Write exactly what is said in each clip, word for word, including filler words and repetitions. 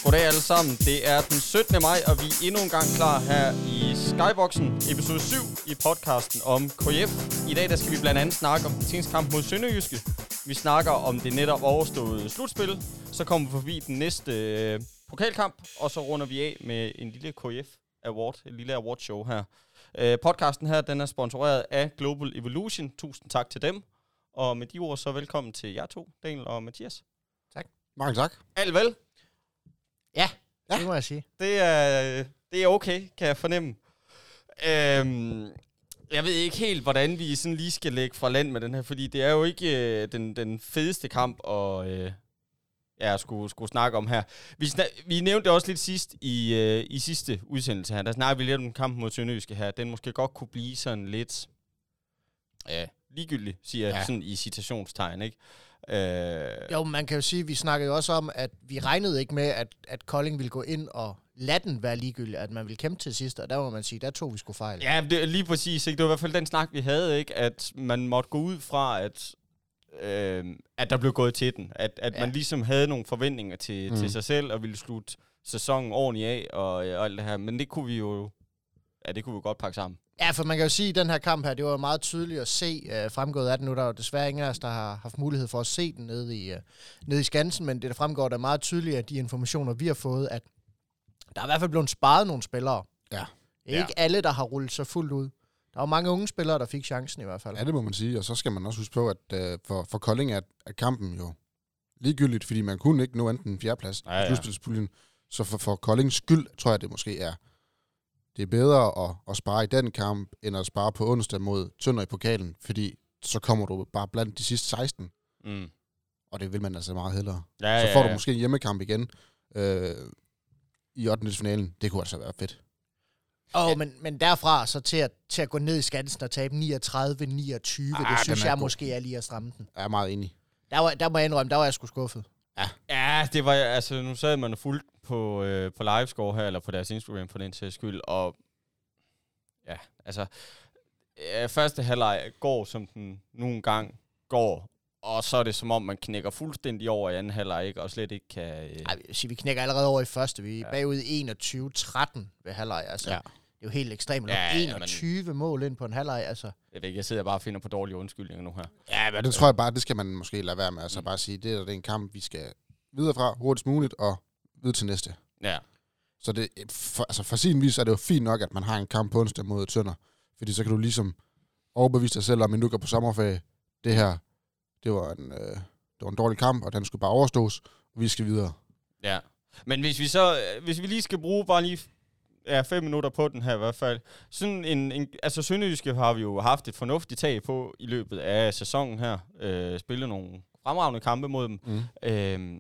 Goddag alle sammen. Det er den syttende maj, og vi er endnu en gang klar her i Skyboxen, episode syv i podcasten om K F. I dag der skal vi blandt andet snakke om den kamp mod Sønderjyske. Vi snakker om det netop overståede slutspil. Så kommer vi forbi den næste øh, pokalkamp, og så runder vi af med en lille K F Award, et lille awardshow her. Øh, podcasten her, den er sponsoreret af Global Evolution. Tusind tak til dem. Og med de ord, så velkommen til jer to, Daniel og Mathias. Tak. Mange tak. Alt vel? Ja, ja, det må jeg sige. Det er, det er okay, kan jeg fornemme. Øhm, jeg ved ikke helt, hvordan vi sådan lige skal lægge fra land med den her, fordi det er jo ikke øh, den, den fedeste kamp at øh, ja, skulle, skulle snakke om her. Vi, snak- vi nævnte det også lidt sidst i, øh, i sidste udsendelse her. Der snakker vi lidt om kampen mod Sønderjyske her. Den måske godt kunne blive sådan lidt ja, ligegyldig, siger jeg ja. Sådan i citationstegn, ikke? Øh... Jo, man kan jo sige, at vi snakkede også om, at vi regnede ikke med, at, at Kolding ville gå ind og lade den være ligegyldig, at man ville kæmpe til sidst, og der må man sige, der tog vi sgu fejl. Ja, det er lige præcis, ikke? Det var i hvert fald den snak, vi havde, ikke? At man måtte gå ud fra, at, øh, at der blev gået til den. At, at ja. Man ligesom havde nogle forventninger til, mm. til sig selv, og ville slutte sæsonen ordentligt af, og, og alt det her. Men det kunne vi jo, ja, det kunne vi godt pakke sammen. Ja, for man kan jo sige, at den her kamp her, det var meget tydeligt at se øh, fremgået af den. Nu der er jo desværre ingen af os, der har haft mulighed for at se den nede i, øh, nede i Skansen, men det der fremgår, der er meget tydeligt af de informationer, vi har fået, at der er i hvert fald blevet sparet nogle spillere. Ja. Ikke ja. Alle, der har rullet sig fuldt ud. Der var mange unge spillere, der fik chancen i hvert fald. Ja, det må man sige, og så skal man også huske på, at øh, for, for Kolding er, er kampen jo ligegyldigt, fordi man kunne ikke nå enten en fjerdeplads i ja, slutspilspuljen. Så for, for Koldings skyld, tror jeg, det måske er det er bedre at, at spare i den kamp, end at spare på onsdag mod Tønder i pokalen, fordi så kommer du bare blandt de sidste seksten. Mm. Og det vil man altså meget hellere. Ja, så får ja, ja. du måske en hjemmekamp igen øh, i ottendedelsfinalen. Det kunne altså være fedt. Åh, oh, ja. men, men derfra så til at, til at gå ned i Skansen og tabe niogtredive niogtyve, ah, det synes jeg god. Måske er lige at stramme den. Jeg er meget enig. Der, var, der må jeg indrømme, der var jeg sgu skuffet. Ja, ja det var, altså nu sad man fuldt på, øh, på livescore her, eller på deres Instagram for den sags skyld, og ja, altså, øh, første halvleg går, som den nogle gang går, og så er det som om, man knækker fuldstændig over i anden halvleg, ikke, og slet ikke kan... Øh... Ej, vi knækker allerede over i første, vi er ja. bagud enogtyve tretten ved halvleg, altså. Ja. Det er jo helt ekstremt. Ja, enogtyve ja, men... mål ind på en halvleg, altså. Jeg ved ikke, jeg sidder bare og finder på dårlige undskyldninger nu her. Ja, men det tror jeg bare, det skal man måske lade være med. Altså mm. bare sige, det er, det er en kamp, vi skal videre fra hurtigst muligt, og videre til næste. Ja. Så det, for, altså for sin vis er det jo fint nok, at man har en kamp på onsdag mod Tønder. Fordi så kan du ligesom overbevise dig selv om, at du går på sommerferie. Det her, det var en, øh, det var en dårlig kamp, og den skulle bare overstås, og vi skal videre. Ja. Men hvis vi så, hvis vi lige skal bruge bare lige ja, fem minutter på den her i hvert fald. Sådan en, en altså Sønderjyske har vi jo haft et fornuftigt tag på i løbet af sæsonen her. Øh, spillet nogle fremragende kampe mod dem. Mm. Øh,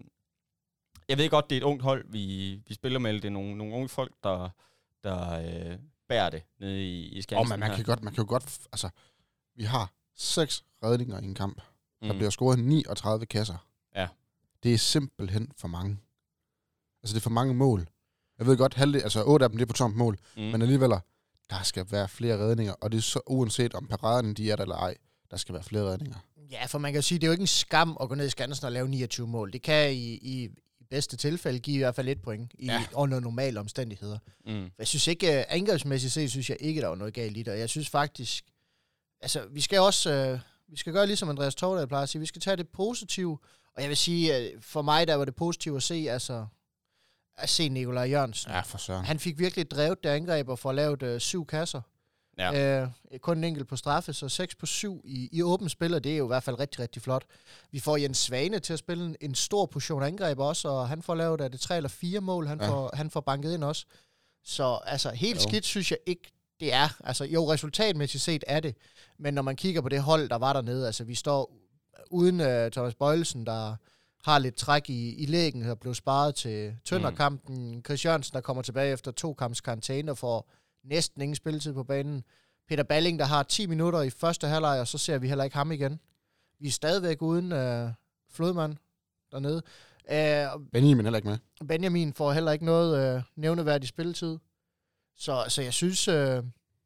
jeg ved godt, det er et ungt hold, vi, vi spiller med. Det er nogle, nogle unge folk, der, der øh, bærer det nede i, i Skansen. Oh, man, man, kan godt, man kan jo godt... Altså, vi har seks redninger i en kamp. Der mm. bliver scoret niogtredive kasser. Ja. Det er simpelthen for mange. Altså, det er for mange mål. Jeg ved godt, halvdel, altså otte af dem, det er på tomt mål. Mm. Men alligevel, der skal være flere redninger. Og det er så uanset om paraderne, de er der eller ej. Der skal være flere redninger. Ja, for man kan jo sige, det er jo ikke en skam at gå ned i Skansen og lave niogtyve mål. Det kan i... i bedste tilfælde give i hvert fald et point i ja. under normale omstændigheder. Mm. Jeg synes ikke, uh, angrebsmæssigt set, synes jeg ikke, der var noget galt i det. Og jeg synes faktisk, altså, vi skal også, uh, vi skal gøre ligesom Andreas Tovdal plejer at sige, vi skal tage det positive. Og jeg vil sige, uh, for mig, der var det positive at se, altså, at se Nikolaj Jørgensen. Ja, for søren. Han fik virkelig drevet det angreb og får lavet uh, syv kasser. Ja. Uh, kun en enkelt på straffe, så seks på syv i, i åbent spil, og det er jo i hvert fald rigtig, rigtig flot. Vi får Jens Svane til at spille en, en stor portion angreb også, og han får lavet, er det tre eller fire mål, han, ja. får, han får banket ind også. Så altså, helt jo. skidt synes jeg ikke, det er. Altså, jo, resultatmæssigt set er det, men når man kigger på det hold, der var dernede, altså, vi står uden uh, Thomas Bøjelsen, der har lidt træk i, i lægen, og blev sparet til Tønderkampen. Mm. Chris Jørgensen, der kommer tilbage efter to kamps karantæne og får næsten ingen spilletid på banen. Peter Balling, der har ti minutter i første halvleg, og så ser vi heller ikke ham igen. Vi er stadigvæk uden øh, Flodmand dernede. Æh, Benjamin heller ikke med. Benjamin får heller ikke noget øh, nævneværdig spilletid. Så, så jeg synes... Øh,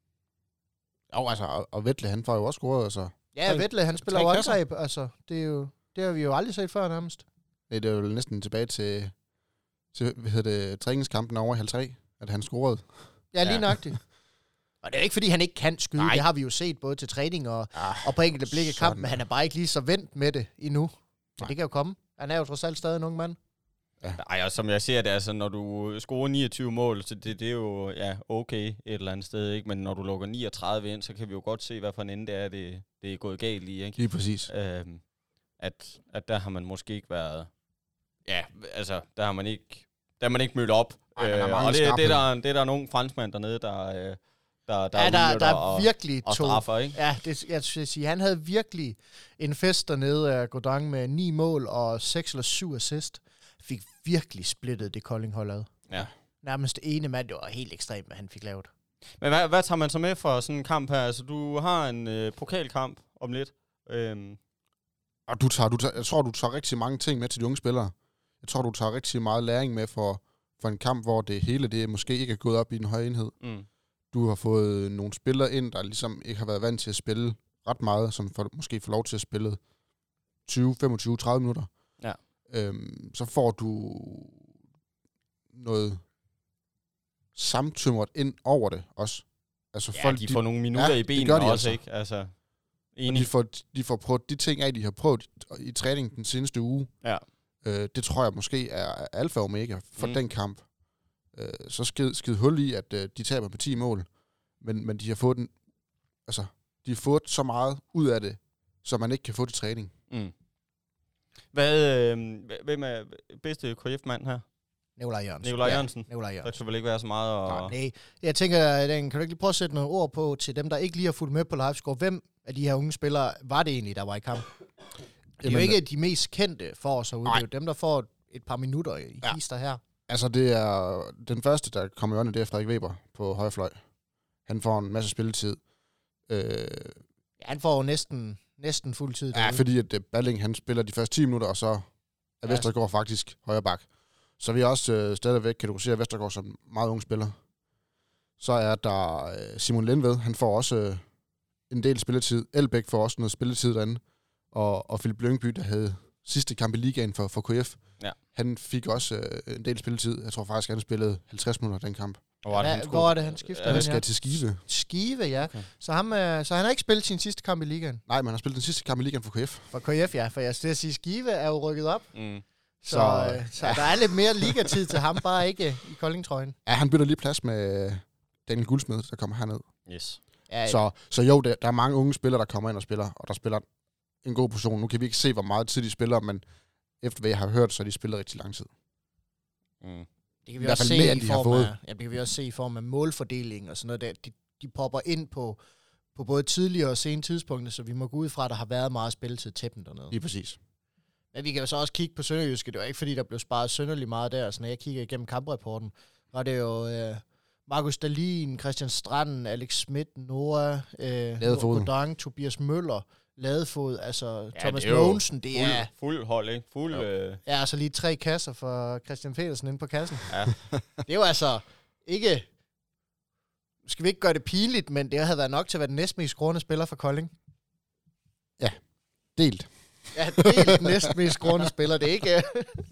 jo, altså, og, og Vettle, han får jo også scoret, altså. Ja, Vettle, han spiller jo angreb, altså. Det, er jo, det har vi jo aldrig set før nærmest. Nej, det er jo næsten tilbage til til hvad hedder det, træningskampen over i halv tre, at han scorede. Ja, lige ja. nøjagtigt. Og det er ikke, fordi han ikke kan skyde. Nej. Det har vi jo set både til træning og, ah, og på enkelte blik i kampen, men han er bare ikke lige så vendt med det endnu. Men det kan jo komme. Han er jo trods alt stadig en ung mand. Ja. Ej, og som jeg ser det, altså, når du scorer niogtyve mål, så det, det er jo ja, okay et eller andet sted, ikke? Men når du lukker niogtredive ind, så kan vi jo godt se, hvad for en ende det er, det, det er gået galt i, ikke? Lige præcis. Øhm, at, at der har man måske ikke været... Ja, altså, der har man ikke, der har man ikke mødt op. Ej, øh, og det, det, der, det er der nogle franskmænd dernede, der... Øh, Der, der, ja, der, der er og, virkelig og to. Straffer, ikke? Ja, det, jeg skal sige, han havde virkelig en fest dernede af Godang med ni mål og seks eller syv assist. Fik virkelig splittet det Kolding-hold ad. Ja. Nærmest ene mand, det var helt ekstremt, hvad han fik lavet. Men hvad, hvad tager man så med for sådan en kamp her? Altså, du har en øh, pokalkamp om lidt. Øhm. Og du tager, du tager, jeg tror, du tager rigtig mange ting med til de unge spillere. Jeg tror, du tager rigtig meget læring med for, for en kamp, hvor det hele det måske ikke er gået op i en høj enhed. Mm. Du har fået nogle spillere ind, der ligesom ikke har været vant til at spille ret meget, som for, måske får lov til at spille tyve, femogtyve, tredive minutter. Ja. Øhm, så får du noget samtømret ind over det også. Altså ja, folk, de får de, nogle minutter ja, i benene også, altså. Ikke? Altså, de, får, de får prøvet de ting af, de har prøvet i, i træning den seneste uge. Ja. Øh, det tror jeg måske er alfa og omega for mm. den kamp. Så skid, skid hul i, at øh, de taber med ti mål, men, men de har fået den, altså, de har fået så meget ud af det, så man ikke kan få det træning. Mm. Hvad, øh, hvem er bedste K F-mand her? Nikolaj Jørgensen. Nikolaj Jørgensen. Ja, Nikolaj Jørgensen. Der kan vel ikke være så meget at... Nej, jeg tænker, den, kan du ikke lige prøve at sætte nogle ord på til dem, der ikke lige har fulgt med på livescore? Hvem af de her unge spillere var det egentlig, der var i kamp? Det er jo ikke de mest kendte for os herude, det er jo dem, der får et par minutter i ja. hister her. Altså, det er den første, der kommer i øjnene, det er Frederik Weber på højre fløj. Han får en masse spilletid. Øh, ja, han får jo næsten, næsten fuld tid. Ja, derude. fordi at Balling, han spiller de første ti minutter, og så er ja. Vestergaard faktisk højre bak. Så vi også øh, stadigvæk kategorisere Vestergaard som meget ung spiller. Så er der øh, Simon Lindved, han får også øh, en del spilletid. Elbæk får også noget spilletid derinde. Og, og Philip Lyngby, der havde sidste kamp i ligaen for, for K F, ja. Han fik også øh, en del spilletid. Jeg tror faktisk, han spillede halvtreds minutter den kamp. Hvor er det, han Hvor er det, han skifter? Han skal ja. til Skive. Skive, ja. Okay. Så, ham, øh, så han har ikke spillet sin sidste kamp i ligaen? Nej, men han har spillet den sidste kamp i ligaen for K F. For K F, ja. For jeg skal sige, Skive er jo rykket op. Mm. Så, så, øh, så der er lidt mere ligatid til ham, bare ikke i Kolding-trøjen. Ja, han bytter lige plads med Daniel Guldsmed, der kommer herned. Yes. Ja, så, så jo, der, der er mange unge spillere, der kommer ind og spiller, og der spiller en god position. Nu kan vi ikke se, hvor meget tid de spiller, men efter hvad jeg har hørt, så har de spillet rigtig lang tid. Mm. Det kan vi også se mere, i form af, ja, det kan vi også se i form af målfordeling og sådan noget der. De, de popper ind på, på både tidligere og sene tidspunkter, så vi må gå ud fra, at der har været meget spilletid til dem dernede. Lige præcis. Men vi kan jo så også kigge på Sønderjyske. Det var ikke, fordi der blev sparet synderligt meget der. Så når jeg kigger igennem kamprapporten, var det jo øh, Markus Dahlin, Christian Strand, Alex Schmidt, Noah, øh, Godang, Tobias Møller, Ladefod, altså ja, Thomas Mogensen, det fuld, er... Fuld hold, ikke? Fuld... Øh... Ja, altså lige tre kasser for Christian Petersen inde på kassen. Ja. Det er jo altså ikke... Skal vi ikke gøre det pinligt, men det havde været nok til at være den næstmest scorende spiller for Kolding. Ja, delt. Ja, delt næstmest scorende spiller, det er ikke...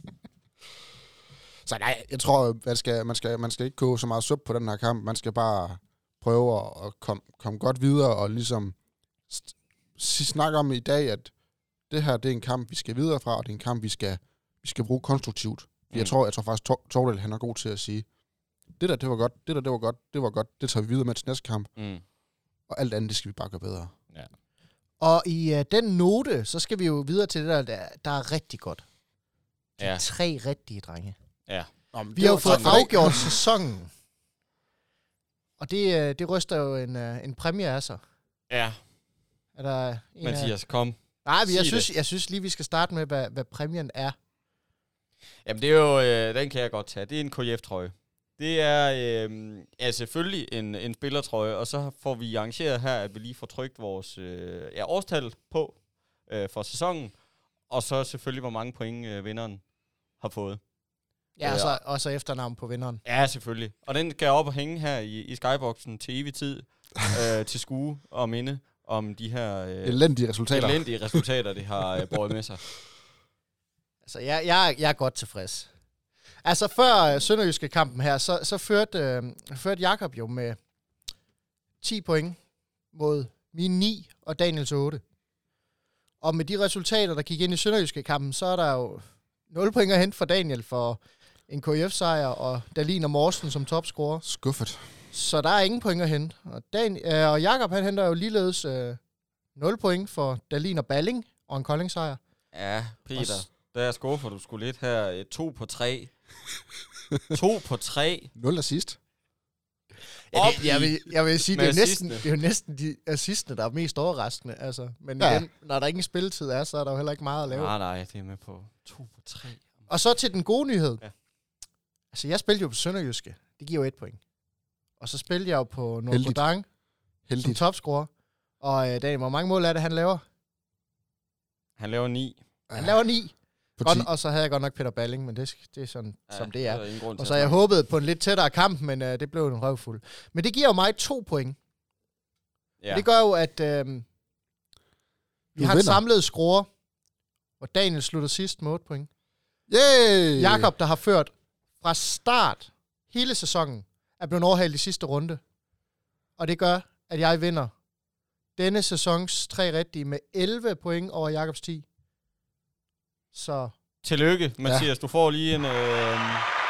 Så nej, jeg tror, man skal, man skal, man skal ikke gå så meget sup på den her kamp. Man skal bare prøve at komme kom godt videre og ligesom... snakke om i dag, at det her, det er en kamp, vi skal videre fra, og det er en kamp, vi skal, vi skal bruge konstruktivt. Mm. Jeg tror, jeg tror faktisk, Tordal, han er god til at sige, det der, det var godt, det der, det var godt, det var godt, det tager vi videre med til næste kamp. Mm. Og alt andet, det skal vi bare gøre bedre. Ja. Og i uh, den note, så skal vi jo videre til det der, der, der er rigtig godt. De ja. tre rigtige drenge. Ja. Nå, vi har jo fået afgjort sæsonen. Og det, det ryster jo en, en præmie af sig. Ja. Er der en Mathias, kom. Nej, jeg synes, jeg synes lige, vi skal starte med, hvad, hvad præmien er. Jamen, det er jo, øh, den kan jeg godt tage. Det er en K F-trøje. Det er øh, ja, selvfølgelig en, en spillertrøje, og så får vi arrangeret her, at vi lige får trykt vores øh, ja, årstal på øh, for sæsonen, og så selvfølgelig, hvor mange point øh, vinderen har fået. Ja, og så, og så efternavn på vinderen. Ja, selvfølgelig. Og den skal op og hænge her i, i skyboxen til evig tid, øh, til skue og minde om de her øh, elendige resultater, elendige resultater det har øh, båret med sig. Altså, jeg, jeg, jeg er godt tilfreds. Altså, før uh, Sønderjyske-kampen her, så, så førte, uh, førte Jakob jo med ti point mod mine ni og Daniels otte. Og med de resultater, der gik ind i Sønderjyske-kampen, så er der jo nul point at hente for Daniel for en K F sejr, og Dahlin og Morsen som topscorer. Skuffet. Så der er ingen point at hente. Og, Dan, øh, og Jakob, han henter jo ligeledes øh, nul point for Dahlin og Balling, og en Kolding sejr. Ja, Peter, der er skuffer du skulle lidt her. To på tre. to på tre. Nul assist. Ja, det, jeg, vil, jeg vil sige, det er, næsten, det er jo næsten de assistene, der er mest overraskende. Altså. Men ja. igen, når der ingen spilletid er, så er der jo heller ikke meget at lave. Nej, nej, det er med på to på tre. Og så til den gode nyhed. Ja. Altså, jeg spillede jo på Sønderjyske. Det giver jo et point. Og så spillede jeg jo på Nordbodang som topscorer. Og øh, Daniel, hvor mange mål er det, han laver? Han laver ni. Han laver ni. Godt, og så havde jeg godt nok Peter Balling, men det, det er sådan, ja, som det er. er og så jeg håbede på en lidt tættere kamp, men øh, det blev en røvfuld. Men det giver jo mig to point. Ja. Det gør jo, at øh, vi du har vinder. En samlet score, hvor Daniel slutter sidst med otte point. Yay! Jakob, der har ført fra start hele sæsonen, er blevet overhalet i sidste runde. Og det gør, at jeg vinder denne sæsons tre rigtige med elleve point over Jakobs ti. Så tillykke, Mathias. Ja. Du får lige en... Øh...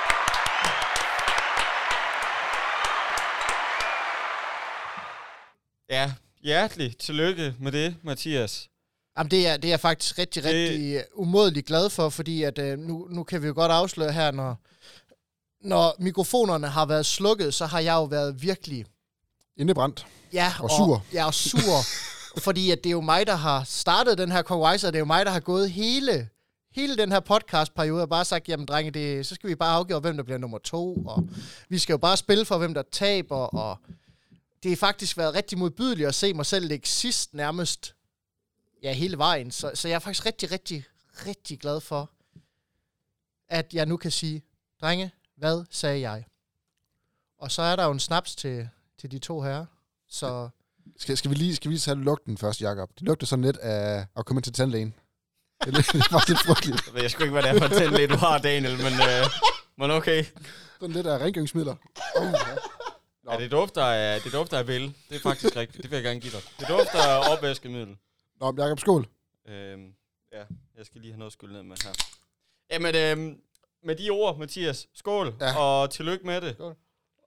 Ja, hjertelig tillykke med det, Mathias. Jamen, det er, det er jeg faktisk rigtig, det... rigtig umådeligt glad for, fordi at, øh, nu, nu kan vi jo godt afsløre her, når, når mikrofonerne har været slukket, så har jeg jo været virkelig... Indebrændt. Ja, og sur. Og, ja, og sur. Fordi at det er jo mig, der har startet den her konkurrence, og det er jo mig, der har gået hele... Hele den her podcastperiode har bare sagt, jamen drenge, det, så skal vi bare afgøre, hvem der bliver nummer to, og vi skal jo bare spille for, hvem der taber, og det har faktisk været rigtig modbydeligt at se mig selv ligge sidst nærmest, ja, hele vejen. Så, så jeg er faktisk rigtig, rigtig, rigtig glad for, at jeg nu kan sige, drenge, hvad sagde jeg? Og så er der jo en snaps til, til de to herrer, så... Skal, skal vi lige, skal vi lige tage lugten først, Jakob? Det lugter sådan lidt af at komme ind til tandlægen. Det er faktisk lidt frygteligt. Jeg ved sgu ikke, hvad det er for en tandlæge, du har, Daniel, men, øh, men okay. Sådan lidt af rengøringsmidler. Oh, ja. Ja, det dufter af, det dufter af vel. Det er faktisk rigtigt. Det vil jeg gerne give dig. Det dufter af opvaskemiddel. Nå, Jakob, skål. Øhm, ja, jeg skal lige have noget skyld ned med her. Jamen, øhm, med de ord, Mathias, skål, ja. Og tillykke med det. Skål.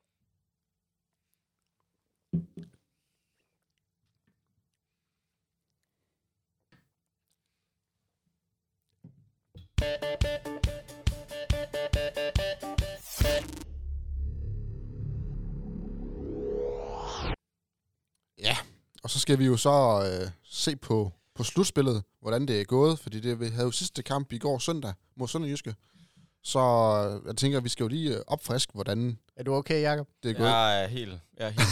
Ja, og så skal vi jo så øh, se på, på slutspillet, hvordan det er gået, fordi det, vi havde jo sidste kamp i går søndag mod Sønderjyske. Så øh, jeg tænker, at vi skal jo lige øh, opfriske, hvordan... Er du okay, Jakob? Det er gået. Jeg er helt, jeg er helt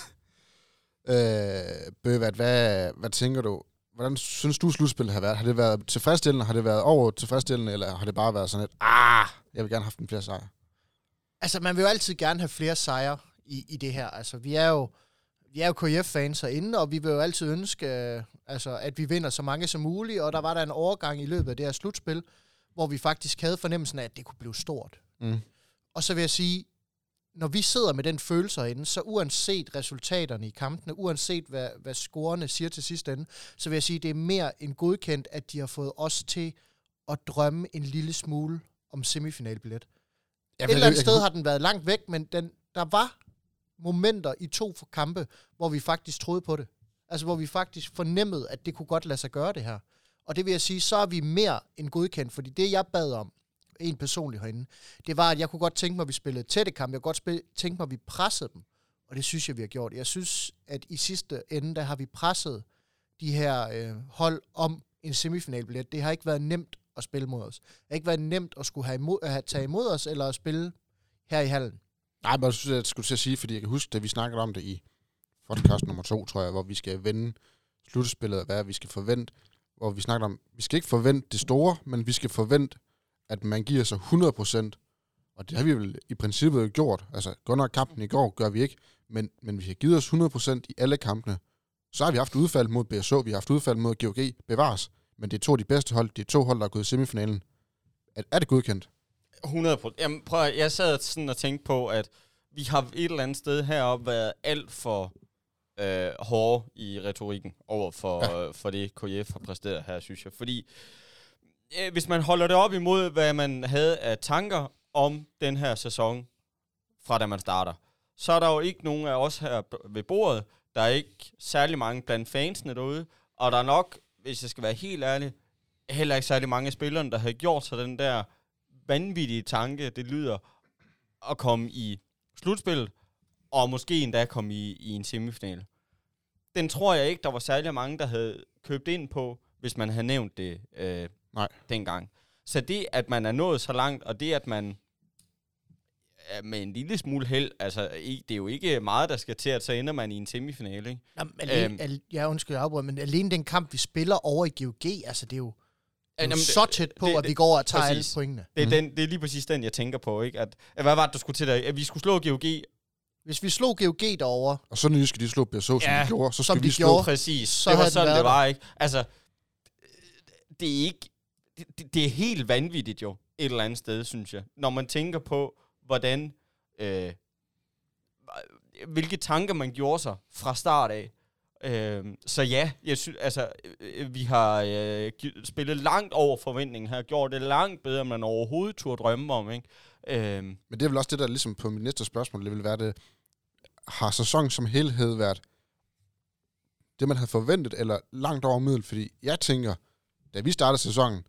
med her. øh, Bøvat, hvad, hvad tænker du? Hvordan synes du, slutspillet har været? Har det været tilfredsstillende? Har det været over tilfredsstillende? Eller har det bare været sådan et, ah, jeg vil gerne have haft en flere sejre? Altså, man vil jo altid gerne have flere sejre i, i det her. Altså, vi er jo, vi er jo K F-fans herinde, og vi vil jo altid ønske, øh, altså, at vi vinder så mange som muligt. Og der var der en overgang i løbet af det her slutspil, hvor vi faktisk havde fornemmelsen af, at det kunne blive stort. Mm. Og så vil jeg sige, når vi sidder med den følelse herinde, så uanset resultaterne i kampene, uanset hvad, hvad scorerne siger til sidst ende, så vil jeg sige, at det er mere end godkendt, at de har fået os til at drømme en lille smule om semifinalbillet. Et eller andet sted har den været langt væk, men den, der var momenter i to kampe, hvor vi faktisk troede på det. Altså hvor vi faktisk fornemmede, at det kunne godt lade sig gøre det her. Og det vil jeg sige, så er vi mere end godkendt, fordi det jeg bad om, en personlig herinde, det var, at jeg kunne godt tænke mig, at vi spillede tætte kamp. Jeg kunne godt spille, tænke mig, at vi pressede dem. Og det synes jeg, vi har gjort. Jeg synes, at i sidste ende, der har vi presset de her øh, hold om en semifinalbillet. Det har ikke været nemt at spille mod os. Det har ikke været nemt at skulle have, imod, at have tage imod os, eller at spille her i hallen. Nej, men jeg synes, jeg skulle til at sige, fordi jeg kan huske, at vi snakkede om det i podcast nummer to, tror jeg, hvor vi skal vende slutspillet, og hvad vi skal forvente. Hvor vi snakkede om, vi skal ikke forvente det store, men vi skal forvente, at man giver sig hundrede procent, og det har vi vel i princippet jo gjort. Altså, godt nok kampen i går gør vi ikke, men, men vi har givet os hundrede procent i alle kampene. Så har vi haft udfald mod B S O, vi har haft udfald mod G O G, bevares, men det er to af de bedste hold, det er to hold, der er gået i semifinalen. Er, er det godkendt? hundrede procent. Jamen, prøv at, jeg sad sådan og tænkte på, at vi har et eller andet sted heroppe været alt for øh, hårde i retorikken over for, ja. øh, for det, K F har præsteret her, synes jeg. Fordi øh, hvis man holder det op imod, hvad man havde af tanker om den her sæson, fra da man starter, så er der jo ikke nogen af os her ved bordet. Der er ikke særlig mange blandt fansene derude, og der er nok, hvis jeg skal være helt ærlig, heller ikke særlig mange af spillerne, der har gjort sig den der vanvittige tanke, det lyder, at komme i slutspillet, og måske endda komme i, i en semifinal. Den tror jeg ikke, der var særlig mange, der havde købt ind på, hvis man havde nævnt det øh, Nej. dengang. Så det, at man er nået så langt, og det, at man med en lille smule held, altså det er jo ikke meget, der skal til, at så ender man i en semifinale, ikke? Jamen, alene, øhm, al, jeg undskyld, jeg afbryder, men alene den kamp, vi spiller over i G O G, altså det er jo, det er jo så tæt på, det, at vi går over og tager præcis. alle pointene. Det er, mm. den, det er lige præcis den, jeg tænker på, ikke? At, at hvad var det, du skulle til der? At vi skulle slå G O G. Hvis vi slog G O G derovre, og så nye skal de slå B S O, som ja, de gjorde, så skal vi de slå. Gjorde, præcis, så det var sådan, det var, ikke? Altså, det er ikke, det, det er helt vanvittigt jo, et eller andet sted, synes jeg. Når man tænker på, hvordan, øh, hvilke tanker man gjorde sig fra start af. Øh, så ja, jeg synes, altså, øh, vi har øh, spillet langt over forventningen her, gjort det langt bedre, end man overhovedet turde drømme om, ikke? Øh, Men det er vel også det, der ligesom på mit næste spørgsmål, det vil være det, har sæsonen som helhed været det, man havde forventet, eller langt over middel? Fordi jeg tænker, da vi startede sæsonen,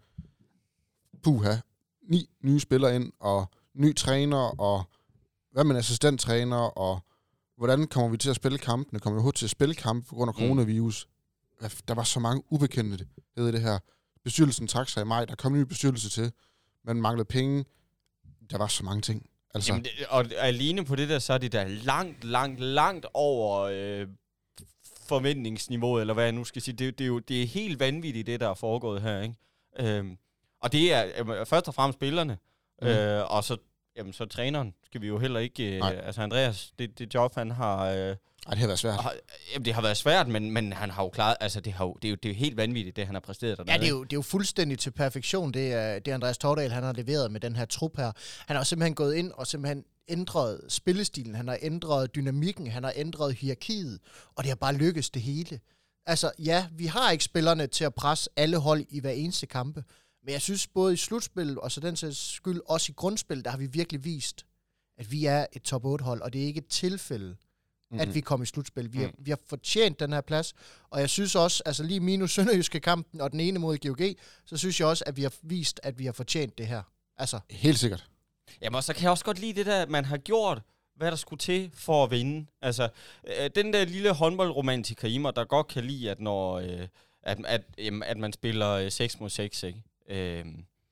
puha, ni nye spillere ind, og ny træner, og hvad med assistenttræner, og hvordan kommer vi til at spille kampene? Kommer vi overhovedet til at spille kampe på grund af coronavirus? Mm. Der var så mange ubekendte i det her. Bestyrelsen trak sig i maj, der kom en ny bestyrelse til, man manglede penge. Der var så mange ting. Altså. Jamen det, og alene på det der, så er det der langt, langt, langt over øh, forventningsniveauet, eller hvad jeg nu skal sige. Det, det, er jo det er helt vanvittigt, det der er foregået her, ikke? Øhm, og det er øh, først og fremmest spillerne, mm. øh, og så Jamen, så træneren skal vi jo heller ikke... Øh, altså, Andreas, det, det job, han har... Øh, Ej, det har været svært. Har, jamen, det har været svært, men, men han har jo klaret... Altså, det, har jo, det, er jo, det er jo helt vanvittigt, det han har præsteret dernede. Ja, det er, jo, det er jo fuldstændig til perfektion, det er det Andreas Tordal, han har leveret med den her trup her. Han har simpelthen gået ind og simpelthen ændret spillestilen, han har ændret dynamikken, han har ændret hierarkiet, og det har bare lykkes det hele. Altså, ja, vi har ikke spillerne til at presse alle hold i hver eneste kampe, men jeg synes, både i slutspil og så den sags skyld, også i grundspil, der har vi virkelig vist, at vi er et top otte-hold, og det er ikke et tilfælde, mm-hmm. at vi kommer i slutspil. Vi har, mm. vi har fortjent den her plads, og jeg synes også, altså lige minus Sønderjyske kampen og den ene mod G O G, så synes jeg også, at vi har vist, at vi har fortjent det her. Altså. Helt sikkert. Jamen, og så kan jeg også godt lide det der, at man har gjort, hvad der skulle til for at vinde. Altså, øh, den der lille håndboldromantiker i mig, der godt kan lide, at når øh, at, at, øh, at man spiller øh, seks mod seks, ikke? Øh,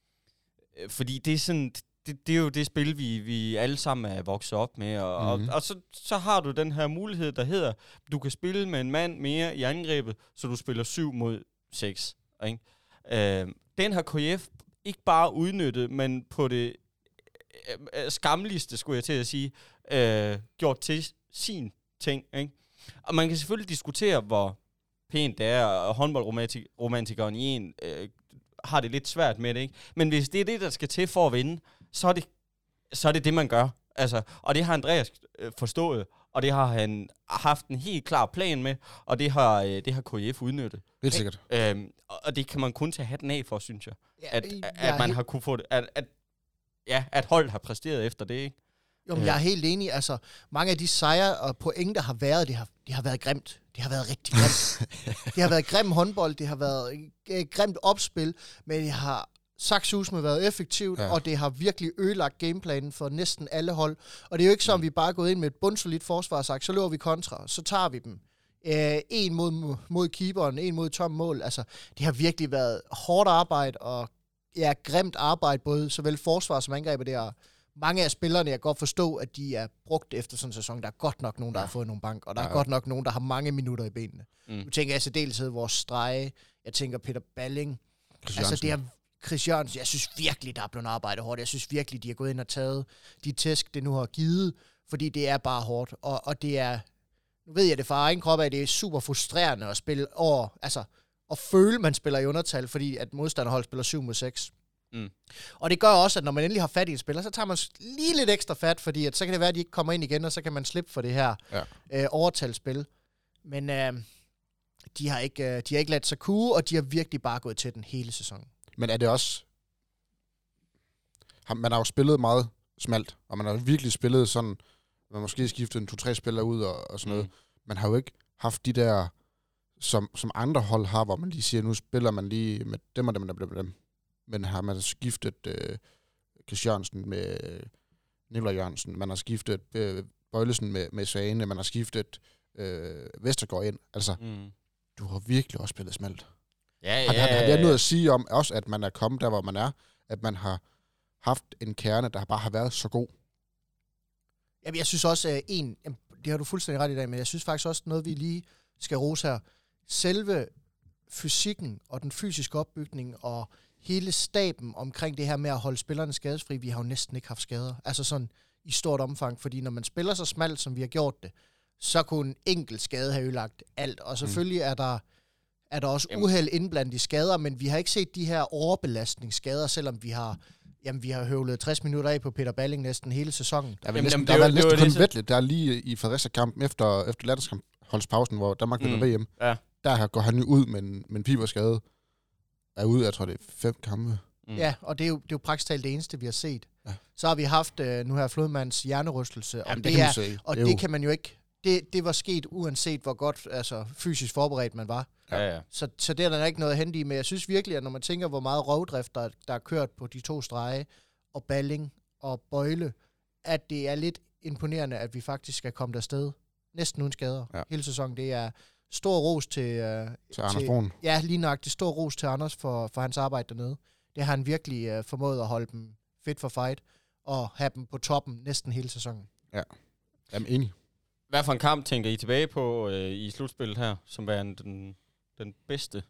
fordi det er sådan, det, det er jo det spil, vi, vi alle sammen er vokset op med, og, mm-hmm. og, og så, så har du den her mulighed, der hedder, du kan spille med en mand mere i angrebet, så du spiller syv mod seks. Ikke? Øh, den har K F ikke bare udnyttet, men på det øh, skamligste, skulle jeg til at sige, øh, gjort til sin ting. Ikke? Og man kan selvfølgelig diskutere, hvor pænt det er, og håndboldromantikeren i en øh, har det lidt svært med det, ikke? Men hvis det er det, der skal til for at vinde, så er det så er det, det man gør. Altså, og det har Andreas øh, forstået, og det har han haft en helt klar plan med, og det har, øh, det har K F udnyttet. Helt sikkert. Øhm, og det kan man kun tage hatten af for, synes jeg. Ja, at, jeg at man helt... har kunne få det, at, at, ja, at holdet har præsteret efter det, ikke? Jo, men jeg er helt enig. Altså, mange af de sejre og point, der har været, det har, det har været grimt. Det har været rigtig grimt. Det har været grim håndbold, det har været øh, grimt opspil, men det har sakssus med været effektivt, ja. Og det har virkelig ødelagt gameplanen for næsten alle hold. Og det er jo ikke sådan, mm. vi bare er gået ind med et bundsolidt forsvar og sagt, så løber vi kontra, så tager vi dem. Øh, en mod, mod keeperen, en mod tom mål. Altså, det har virkelig været hårdt arbejde, og ja, grimt arbejde, både såvel forsvar som angreb, det er mange af spillerne, jeg kan godt forstå, at de er brugt efter sådan en sæson. Der er godt nok nogen, der ja. har fået nogle bank, og der ja. er godt nok nogen, der har mange minutter i benene. Mm. Nu tænker jeg så deltid vores strege. Jeg tænker Peter Balling. Altså det er Chris Jørgensen. Jeg synes virkelig, der er blevet arbejdet hårdt. Jeg synes virkelig, de har gået ind og taget de tæsk, det nu har givet, fordi det er bare hårdt. Og, og det er, nu ved jeg det fra egen krop, at det er super frustrerende at spille over, altså at føle, man spiller i undertal, fordi at modstanderhold spiller syv mod seks. Mm. Og det gør også, at når man endelig har fat i en spiller, så tager man lige lidt ekstra fat, fordi at så kan det være, at de ikke kommer ind igen, og så kan man slippe for det her ja. øh, overtalsspil. Men øh, de, har ikke, øh, de har ikke ladt sig kue, og de har virkelig bare gået til den hele sæsonen. Men er det også... Man har jo spillet meget smalt, og man har virkelig spillet sådan, man har måske skiftet en to-tre spillere ud og, og sådan noget. Mm. Man har jo ikke haft de der, som, som andre hold har, hvor man lige siger, nu spiller man lige med dem og dem og dem og dem. Men har man skiftet øh, Chris Jørgensen med øh, Nikolaj Jørgensen, man har skiftet øh, Bøjlesen med, med Svane, man har skiftet øh, Vestergaard ind. Altså, mm. du har virkelig også spillet smalt. Ja, ja, har, har, har det noget at sige om, også at man er kommet der, hvor man er, at man har haft en kerne, der bare har været så god? Jamen, jeg synes også, at en, det har du fuldstændig ret i dag, men jeg synes faktisk også, noget vi lige skal rose her. Selve fysikken og den fysiske opbygning og hele staben omkring det her med at holde spillerne skadesfri, vi har jo næsten ikke haft skader. Altså sådan i stort omfang, fordi når man spiller så smalt, som vi har gjort det, så kunne en enkelt skade have ødelagt alt. Og selvfølgelig mm. er der er der også uheld indblandt i skader, men vi har ikke set de her overbelastningsskader, selvom vi har Jamen, vi har høvlet tres minutter af på Peter Balling næsten hele sæsonen. Der er næsten, der var næsten kun Vettel, der er lige i Fredericia-kampen efter, efter landsholdspausen, hvor Danmark vinder mm. V M. Ja. Der går han jo ud med en, med en piberskade. Er ude, jeg tror det er fem kampe. Mm. Ja, og det er, jo, det er jo praktisk talt det eneste, vi har set. Ja. Så har vi haft uh, nu her Flodmands hjernerystelse, Jamen, det, det er, og det, det kan man jo ikke... Det, det var sket uanset hvor godt altså, fysisk forberedt man var. Ja, ja. Så, så det er der ikke noget at hente i, men jeg synes virkelig, at når man tænker, hvor meget rovdrift, der, der er kørt på de to strege, og Balling og Bøjle, at det er lidt imponerende, at vi faktisk skal komme afsted næsten uden skader. Ja. Hele sæsonen, det er stor ros til... Uh, til Anders Brun. Ja, lige nok. Det er stor ros til Anders for, for hans arbejde dernede. Det har han virkelig uh, formået at holde dem fit for fight, og have dem på toppen næsten hele sæsonen. Ja, jeg er enig. Hvad for en kamp tænker I tilbage på øh, i slutspillet her, som var den, den bedste?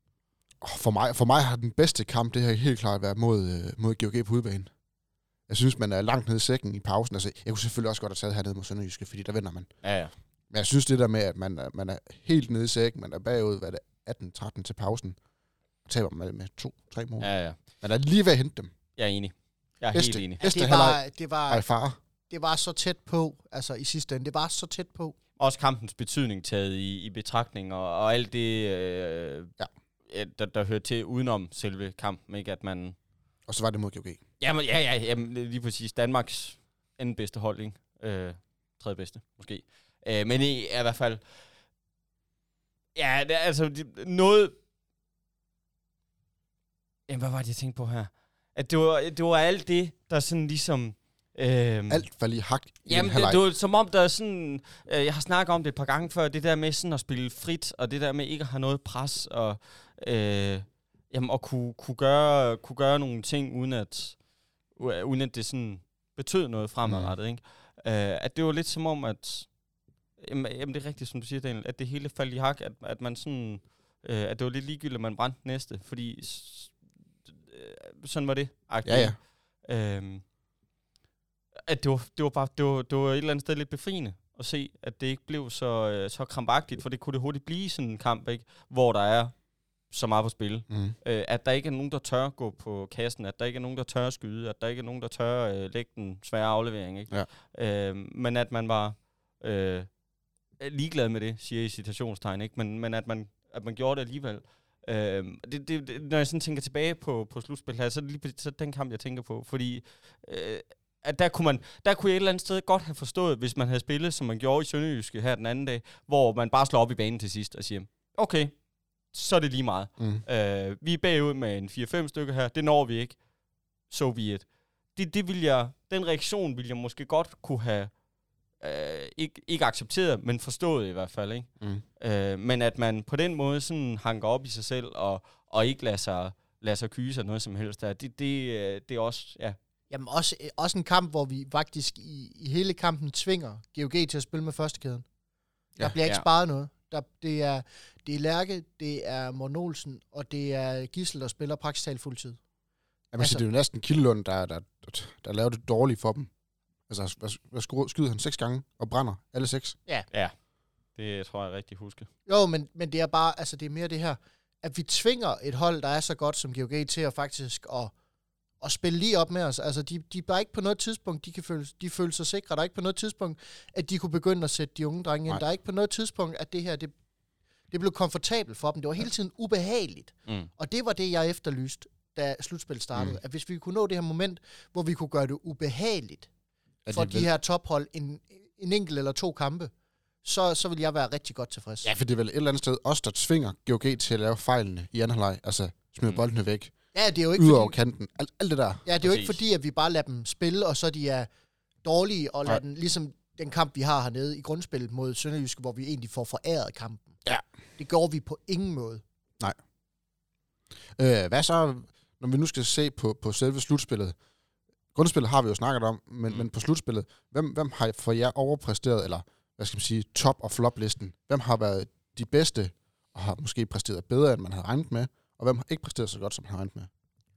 For mig, for mig har den bedste kamp, det har helt klart været mod, øh, mod G O G på udebane. Jeg synes, man er langt nede i sækken i pausen. Altså, jeg kunne selvfølgelig også godt have taget hernede mod Sønderjyske, fordi der vinder man. Ja, ja. Men jeg synes det der med, at man, man er helt nede i sækken, man er bagud, hvad det atten tretten til pausen, og taber man med to-tre mål. Ja, ja. Man er lige ved at hente dem. Jeg er enig. Jeg er Heste, helt enig. Ja, det, var, det, var, far. det var så tæt på, altså i sidste ende. Det var så tæt på. Også kampens betydning taget i, i betragtning, og, og alt det, øh, ja. der, der hører til udenom selve kampen, ikke? At man... Og så var det mod G O G. Jamen, ja, ja, jamen, lige præcis. Danmarks anden bedste hold, ikke? Øh, tredje bedste, måske. Øh, men i, i hvert fald... Ja, det, altså, det, noget... Jamen, hvad var det, jeg tænkte på her? At det var, det var alt det, der sådan ligesom... Øhm, Alt var lige hak i jamen, det, det var som om, der er sådan... Øh, jeg har snakket om det et par gange før, det der med sådan at spille frit, og det der med ikke at have noget pres, og... Øh, Jamen, at kunne, kunne, gøre, kunne gøre nogle ting, uden at, uden at det sådan betød noget fremadrettet, mm. ikke? Uh, at det var lidt som om, at... Jamen, jamen, det er rigtigt, som du siger, Daniel, at det hele faldt i hak, at, at man sådan... Uh, at det var lidt ligegyldigt, at man brændte næste, fordi... Uh, sådan var det. Ja, ja. Uh, at det var, det var bare... Det var, det var et eller andet sted lidt befriende at se, at det ikke blev så, så krampagtigt, for det kunne det hurtigt blive sådan en kamp, ikke? Hvor der er så meget på spil. Mm. Øh, at der ikke er nogen, der tør gå på kassen, at der ikke er nogen, der tør skyde, at der ikke er nogen, der tør øh, lægge den svære aflevering. Ikke? Ja. Øh, men at man var øh, ligeglad med det, siger jeg i citationstegn, ikke? Men, men at, man, at man gjorde det alligevel. Øh, det, det, det, når jeg sådan tænker tilbage på, på slutspil her, så er det lige så den kamp, jeg tænker på. Fordi øh, at der, kunne man, der kunne jeg et eller andet sted godt have forstået, hvis man havde spillet, som man gjorde i Sønderjyske her den anden dag, hvor man bare slår op i banen til sidst og siger, okay, så er det lige meget. Mm. Uh, vi er bagud med en fire fem stykker her. Det når vi ikke. So be it. Det, det vil jeg, den reaktion vil jeg måske godt kunne have uh, ikke, ikke accepteret, men forstået i hvert fald. Ikke? Mm. Uh, men at man på den måde sådan hanker op i sig selv, og, og ikke lader sig, lader sig kyse af noget som helst, der, det, det, det er også... Ja. Jamen også, også en kamp, hvor vi faktisk i, i hele kampen tvinger G O G til at spille med førstekæden. Der ja, bliver ikke ja. sparet noget. Der, det, er, det er Lærke, det er Morten Olsen, og det er Gissel, der spiller praktisk talt fuldtid. Jamen, altså, det er jo næsten Kildlund, der, der, der, der laver det dårligt for dem. Altså, hvad, hvad skyder han seks gange og brænder alle seks? Ja. Ja, det tror jeg rigtig huske. Jo, men, men det er bare, altså det er mere det her, at vi tvinger et hold, der er så godt som G O G, til at faktisk at, at spille lige op med os. Altså, de, de er ikke på noget tidspunkt, de kan føle, de føler sig sikre. Der er ikke på noget tidspunkt, at de kunne begynde at sætte de unge drenge ind. Nej. Der er ikke på noget tidspunkt, at det her, det, det blev komfortabelt for dem. Det var hele tiden ubehageligt. Mm. Og det var det, jeg efterlyste, da slutspillet startede. Mm. At hvis vi kunne nå det her moment, hvor vi kunne gøre det ubehageligt at for de, de her tophold en, en enkelt eller to kampe, så, så vil jeg være rigtig godt tilfreds. Ja, for det er vel et eller andet sted os, der tvinger G O G til at lave fejlene i anden halvleg. Altså, smide mm. boldene væk. Ja, det er jo ikke ud over kanten. Alt, alt det der. Ja, det er jo ikke fordi, at vi bare lader dem spille, og så de er dårlige, og lader den, ligesom den kamp, vi har hernede i grundspillet mod Sønderjyske, hvor vi egentlig får foræret kampen. Ja. Det går vi på ingen måde. Nej. Øh, hvad så, når vi nu skal se på, på selve slutspillet? Grundspillet har vi jo snakket om, men, mm. men på slutspillet, hvem, hvem har for jer overpræsteret, eller hvad skal man sige, top- og flop-listen? Hvem har været de bedste, og har måske præsteret bedre, end man havde regnet med? Og hvem har ikke præsteret så godt, som han har regnet med?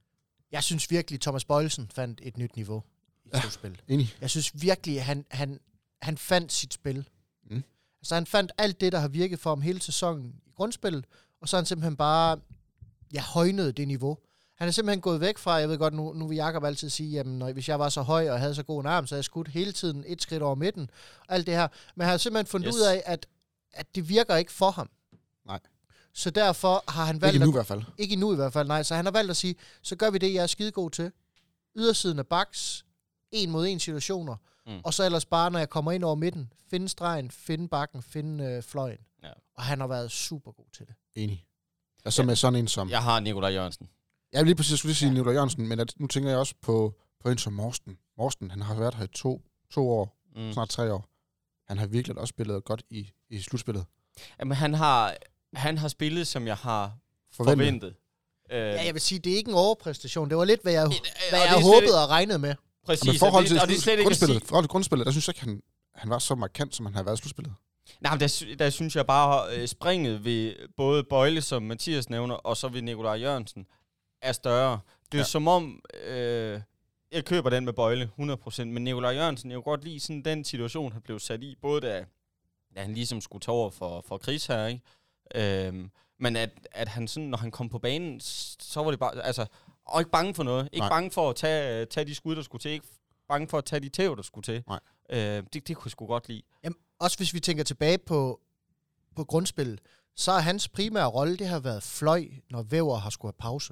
Jeg synes virkelig, Thomas Boilsen fandt et nyt niveau i ja, slutspillet. Enig. Jeg synes virkelig, han, han, han fandt sit spil. Mm. Altså han fandt alt det, der har virket for ham hele sæsonen i grundspillet, og så har han simpelthen bare ja, højnet det niveau. Han er simpelthen gået væk fra, jeg ved godt, nu, nu vil Jakob altid sige, jamen når, hvis jeg var så høj og havde så god en arm, så havde jeg skudt hele tiden et skridt over midten, og alt det her. Men han har simpelthen fundet yes. ud af, at, at det virker ikke for ham. Nej. Så derfor har han valgt... Ikke endnu i hvert fald. Ikke endnu i hvert fald, nej. Så han har valgt at sige, så gør vi det, jeg er skidegod til. Ydersiden af baks, en mod en situationer, mm. og så ellers bare, når jeg kommer ind over midten, finde stregen, finde bakken, finde øh, fløjen. Ja. Og han har været super god til det. Enig. Og så ja. med sådan en som... Jeg har Nikolaj Jørgensen. Jeg vil lige præcis skulle sige ja. Nikolaj Jørgensen, men at, nu tænker jeg også på, på en som Morsten. Morsten, han har været her i to, to år, mm. snart tre år. Han har virkelig også spillet godt i, i slutspillet. Jamen, han har... Han har spillet, som jeg har forventet. forventet. Ja, jeg vil sige, det er ikke en overpræstation. Det var lidt, hvad jeg, det, hvad jeg håbede og regnede med. Præcis. Men forhold til, og det, og det grundspillet, forhold til grundspillet, der synes jeg ikke, han, han var så markant, som han havde været i slutspillet. Nej, men der, der synes jeg bare, springet ved både Bøjle, som Mathias nævner, og så ved Nikolaj Jørgensen, er større. Det er ja. som om... Øh, jeg køber den med Bøjle, hundrede procent, men Nikolaj Jørgensen, jeg kunne godt lide sådan den situation, han blev sat i, både da, da han ligesom skulle tage over for, for Chris her, ikke? Øhm, men at, at han sådan, når han kom på banen, så var det bare, altså, og ikke bange for noget. Ikke Nej. bange for at tage, tage de skud, der skulle til. Ikke bange for at tage de tæv, der skulle til. Nej. Øh, det, det kunne jeg sgu godt lide. Jamen, også hvis vi tænker tilbage på, på grundspillet, så er hans primære rolle, det har været fløj, når Væver har skulle have pause.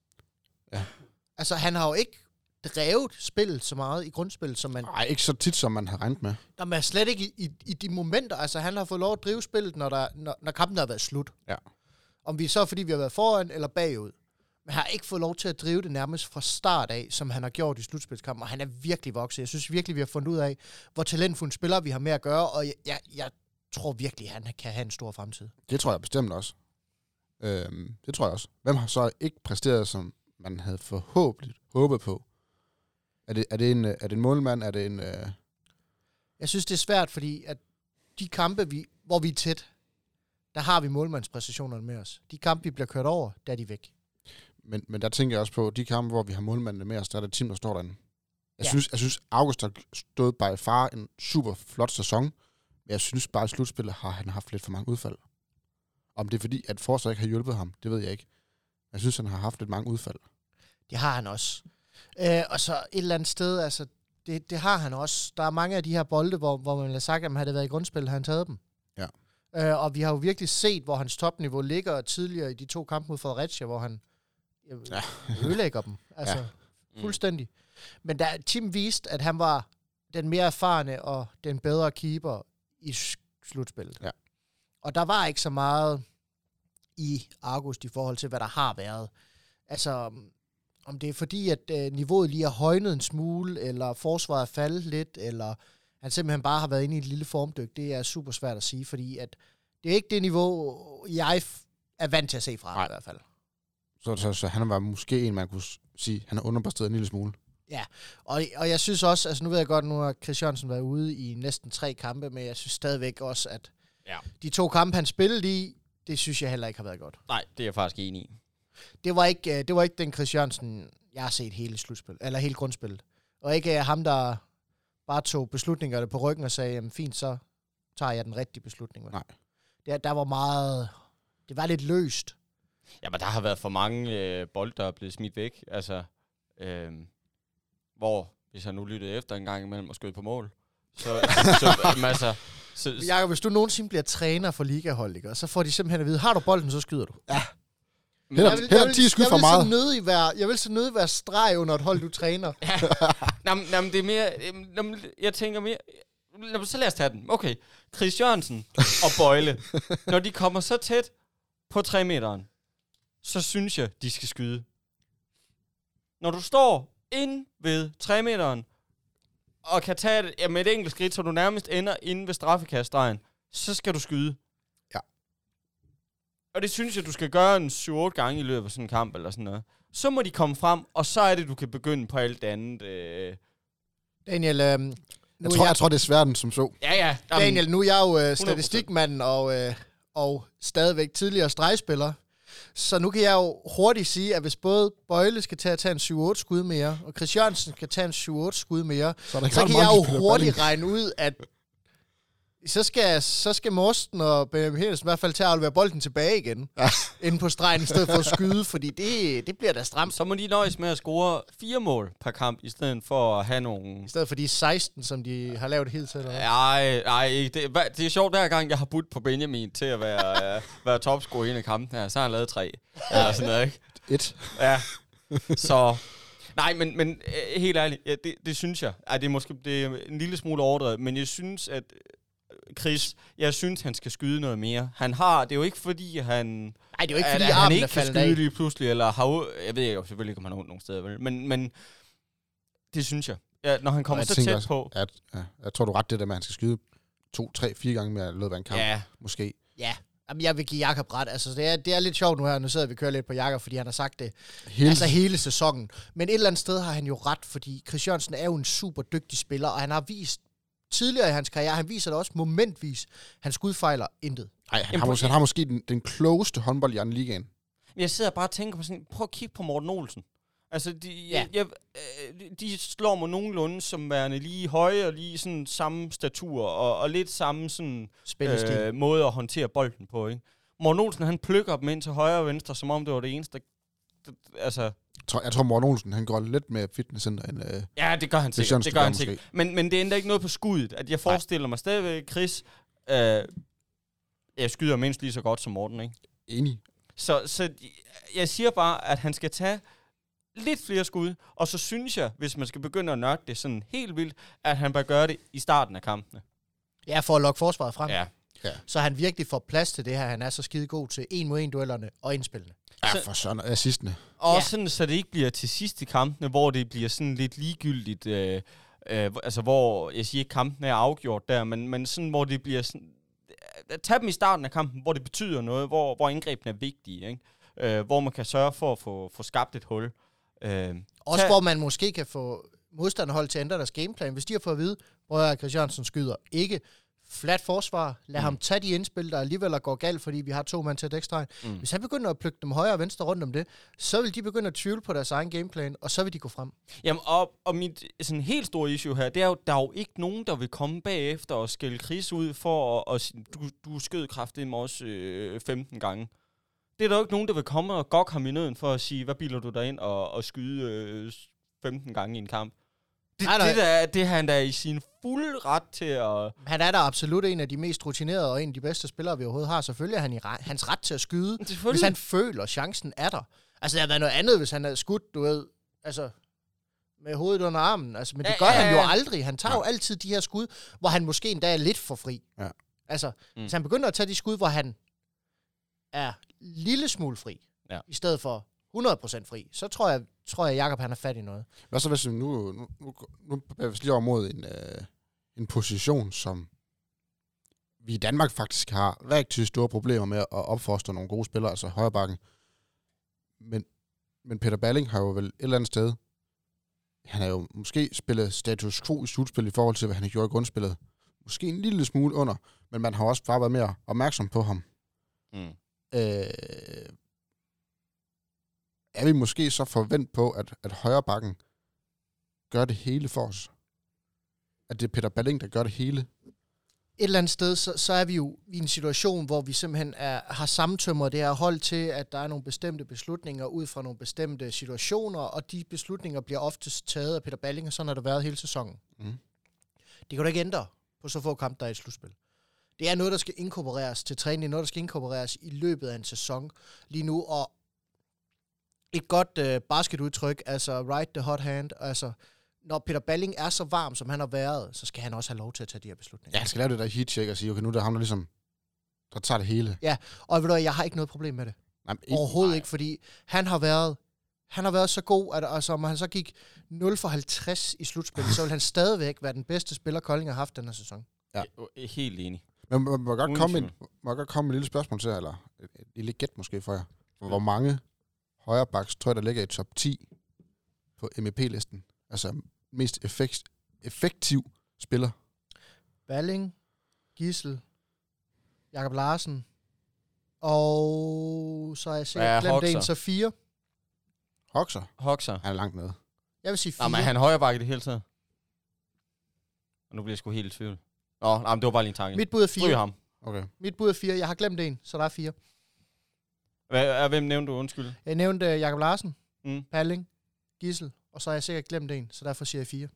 Ja. Altså, han har jo ikke drevet spillet så meget i grundspillet, som man... Nej, ikke så tit, som man har regnet med. Nå, men slet ikke i, i, i de momenter. Altså, han har fået lov at drive spillet, når, der, når, når kampen har været slut. Ja. Om vi så er, fordi vi har været foran eller bagud. Men han har ikke fået lov til at drive det nærmest fra start af, som han har gjort i slutspilskampen, og han er virkelig vokset. Jeg synes virkelig, vi har fundet ud af, hvor talentfulde spillere vi har med at gøre, og jeg, jeg, jeg tror virkelig, han kan have en stor fremtid. Det tror jeg bestemt også. Øhm, det tror jeg også. Hvem har så ikke præsteret, som man havde forhåbentlig håbet på? Er det, er det en, er det en målmand? Er det en... Øh... Jeg synes, det er svært, fordi at de kampe, vi, hvor vi er tæt, der har vi målmandspræstationerne med os. De kampe, vi bliver kørt over, der er de væk. Men, men der tænker jeg også på, de kampe, hvor vi har målmandene med os, der er det Tim, der står derinde. Jeg, ja. synes, jeg synes, August har stået by far en super flot sæson, men jeg synes bare, at i slutspillet har han haft lidt for mange udfald. Om det er fordi, at forsvaret ikke har hjulpet ham, det ved jeg ikke. Jeg synes, han har haft lidt mange udfald. Det har han også. Øh, og så et eller andet sted, altså, det, det har han også. Der er mange af de her bolde, hvor, hvor man har sagt, at han havde været i grundspil, har han taget dem. Ja. Øh, og vi har jo virkelig set, hvor hans topniveau ligger tidligere i de to kampe mod Fredericia, hvor han ja. ødelægger dem. Altså, ja. mm. fuldstændig. Men der, Tim viste, at han var den mere erfarne og den bedre keeper i slutspillet. Ja. Og der var ikke så meget i August i forhold til, hvad der har været. Altså... Om det er fordi, at øh, niveauet lige har højnet en smule, eller forsvaret er faldet lidt, eller han simpelthen bare har været inde i et lille formdyk, det er super svært at sige, fordi at det er ikke det niveau, jeg f- er vant til at se fra ham, i hvert fald. Så, så, så han var måske en, man kunne sige, han har underpræsteret en lille smule. Ja, og, og jeg synes også, altså nu ved jeg godt, nu har Chris Jørgensen været ude i næsten tre kampe, men jeg synes stadigvæk også, at ja. de to kampe, han spillede i, det synes jeg heller ikke har været godt. Nej, det er jeg faktisk enig i. Det var ikke, det var ikke den Chris Jørgensen, jeg har set hele slutspil, eller hele grundspillet. Og ikke ham, der bare tog beslutningerne på ryggen og sagde, jamen fint, så tager jeg den rigtige beslutning. Nej. Der, der var meget, det var lidt løst. Ja, men der har været for mange øh, bolde, der er blevet smidt væk. Altså, Øh, hvor, hvis jeg nu lyttede efter en gang imellem og skød på mål, så, så masser... Så, Jakob, hvis du nogensinde bliver træner for ligahold, ikke, så får de simpelthen at vide, har du bolden, så skyder du. Ja. Heller, jeg vil, heller ti skud for meget. Så være, jeg vil så nødig være streg under et hold, du træner. Ja. Jamen, jamen, det er mere... Jamen, jeg tænker mere... Jamen, så lad os tage den. Okay. Chris Jørgensen og Bøjle. Når de kommer så tæt på tre meteren, så synes jeg, de skal skyde. Når du står inde ved tre meteren, og kan tage et, ja, med et enkelt skridt, så du nærmest ender inde ved straffekaststregen, så skal du skyde. Ja. Og det synes jeg, du skal gøre en syv otte gange i løbet af sådan en kamp, eller sådan noget. Så må de komme frem, og så er det, du kan begynde på alt det andet. Øh. Daniel, øh, nu jeg, tror, jeg, jeg tror, det er svært end som så. Ja, ja. Jamen, Daniel, nu er jeg jo øh, statistikmanden, og, øh, og stadigvæk tidligere stregspiller. Så nu kan jeg jo hurtigt sige, at hvis både Bøjle skal tage, tage en syv otte skud mere, og Chris Jørgensen skal tage en syv otte skud mere, så, så kan jeg jo hurtigt regne ud, at så skal, så skal Morsten og Benjamin Henriksen i hvert fald tage at aflevere bolden tilbage igen, ja. Inde på stregen, i stedet for at skyde, fordi det, det bliver da stramt. Så må de nøjes med at score fire mål per kamp, i stedet for at have nogle... I stedet for de seksten, som de har lavet helt til. Nej, nej, det, det er sjovt, hver gang jeg har budt på Benjamin til at være, uh, være topscorer i en af kampen her, så har han lavet tre. Eller sådan noget, ikke? Et. Ja, så... Nej, men, men helt ærligt, ja, det, det synes jeg. Ej, det er måske det er en lille smule overdrevet, men jeg synes, at Chris, jeg synes, han skal skyde noget mere. Han har, det er jo ikke fordi, han... Nej, det er jo ikke fordi, at, han ikke kan skyde af. Lige pludselig, eller har... Jeg ved jo selvfølgelig ikke, om han har nogen steder, vel? Men, men det synes jeg. Ja, når han kommer så tæt også, på... At, ja, jeg tror, du ret det der med, at han skal skyde to, tre, fire gange mere i løbet af en kamp. Ja. Måske. Ja. Jamen, jeg vil give Jakob ret. Altså, det er, det er lidt sjovt nu her. Nu sidder vi og kører lidt på Jakob, fordi han har sagt det hele. Altså hele sæsonen. Men et eller andet sted har han jo ret, fordi Chris Jørgensen er jo en super dygtig spiller, og han har vist tidligere i hans karriere, han viser det også momentvis, han skudfejler intet. Nej, han, har, han har måske den, den klogeste håndboldhjerne i ligaen. Jeg sidder bare og tænker på sådan, prøv at kigge på Morten Olsen. Altså, de, ja. jeg, jeg, de slår mig nogenlunde som værende lige høje og lige sådan samme statur og, og lidt samme sådan øh, måde at håndtere bolden på, ikke? Morten Olsen, han plukker dem ind til højre og venstre, som om det var det eneste. Det, altså... Jeg tror, jeg tror Morten Olsen, han går lidt mere fitnesscenter end... Øh, ja, det gør han sikkert. Det gør han sikkert. Men, men det ændrer ikke noget på skuddet. At jeg forestiller Nej. mig stadigvæk, Chris, øh, jeg skyder mindst lige så godt som Morten, ikke? Enig. Så, så jeg siger bare, at han skal tage lidt flere skud, og så synes jeg, hvis man skal begynde at nørde det sådan helt vildt, at han bør gøre det i starten af kampene. Ja, for at lokke forsvaret frem. Ja. Ja. Så han virkelig får plads til det her. Han er så skide god til en mod en duellerne og indspillene. Ja, for sådan assistene. Og ja. sådan, så det ikke bliver til sidst i kampene, hvor det bliver sådan lidt ligegyldigt, øh, øh, altså hvor, jeg siger ikke, kampen er afgjort der, men, men sådan, hvor det bliver sådan, øh, tag dem i starten af kampen, hvor det betyder noget, hvor, hvor indgrebene er vigtige, ikke? Øh, hvor man kan sørge for at få, få skabt et hul. Øh, Også tag... hvor man måske kan få modstanderhold til at ændre deres gameplan. Hvis de har fået at vide, hvor Chris Jørgensen skyder ikke flat forsvar, lad mm. ham tage de indspil, der alligevel går galt, fordi vi har to mand til et ekstra. Mm. Hvis han begynder at plukke dem højre og venstre rundt om det, så vil de begynde at tvivle på deres egen gameplan, og så vil de gå frem. Jamen, og, og mit sådan helt store issue her, det er jo, der er jo ikke nogen, der vil komme bagefter og skælde Chris ud for at, og, du, du skød kraftigt med os øh, femten gange. Det er der jo ikke nogen, der vil komme og gokke ham i nøden for at sige, hvad biler du dig ind og, og skyde øh, femten gange i en kamp. Det, nej, nej. Det, der, det han der i sin fulde ret til at... Han er da absolut en af de mest rutinerede og en af de bedste spillere, vi overhovedet har. Selvfølgelig er han i re- hans ret til at skyde, hvis han føler, at chancen er der. Altså, det havde været noget andet, hvis han havde skudt, du ved, altså, med hovedet under armen. Altså, men det ja, gør ja, ja. han jo aldrig. Han tager ja. jo altid de her skud, hvor han måske endda er lidt for fri. Ja. Altså, mm. hvis han begynder at tage de skud, hvor han er lille smule fri, ja. i stedet for hundrede procent fri, så tror jeg, tror jeg, Jakob han er fat i noget. Hvad så hvis vi nu, nu, nu, nu bevæger vi lige over mod en, øh, en position, som vi i Danmark faktisk har rigtig store problemer med at opfostre nogle gode spillere, altså højrebakken. Men, men Peter Balling har jo vel et eller andet sted, han har jo måske spillet status quo i slutspil i forhold til, hvad han gjorde i grundspillet. Måske en lille smule under, men man har også bare været mere opmærksom på ham. Mm. Øh, er vi måske så forvent på, at, at højrebakken gør det hele for os? At det er Peter Balling, der gør det hele? et eller andet sted, så, så er vi jo i en situation, hvor vi simpelthen er, har sammentømret det her hold til, at der er nogle bestemte beslutninger ud fra nogle bestemte situationer, og de beslutninger bliver oftest taget af Peter Balling, og sådan har det været hele sæsonen. Mm. Det kan du ikke ændre på så få kampe, der er i slutspil. Det er noget, der skal inkorporeres til træning, noget, der skal inkorporeres i løbet af en sæson lige nu, og et godt øh, basketudtryk, altså ride the hot hand, altså når Peter Balling er så varm, som han har været, så skal han også have lov til at tage de her beslutninger. Ja, han skal lave det der heat-check og sige, okay, nu er det ham, der ligesom, der tager det hele. Ja, og ved du, jeg har ikke noget problem med det. Nej, ikke, Overhovedet nej. ikke, fordi han har været, han har været så god, at altså, om han så gik nul for halvtreds i slutspillet, så vil han stadigvæk være den bedste spiller, Kolding har haft den her sæson. Ja. Jeg er helt enig. Men må, må, godt komme en, må godt komme et lille spørgsmål til, eller et, et lille gæt måske for jer. Hvor mange højrebacks tror jeg, der ligger i top ti på M E P-listen? Altså mest effekt, effektiv spiller. Balling, Gissel, Jakob Larsen, og så har jeg set glemt en, så fire. Hoxer? Hoxer. Han er langt nede. Jeg vil sige fire. Jamen, er han højre bakke det hele taget? Og nu bliver jeg sgu helt i tvivl. Nå, nej, det var bare lige en tanke. Mit bud er fire. ham. Okay. Mit bud er fire. Jeg har glemt en, så der er fire. Hvad, hvem nævnte du? Undskyld. Jeg nævnte uh, Jakob Larsen, mm. Balling, Gissel, og så har jeg sikkert glemt en, så derfor siger jeg fire.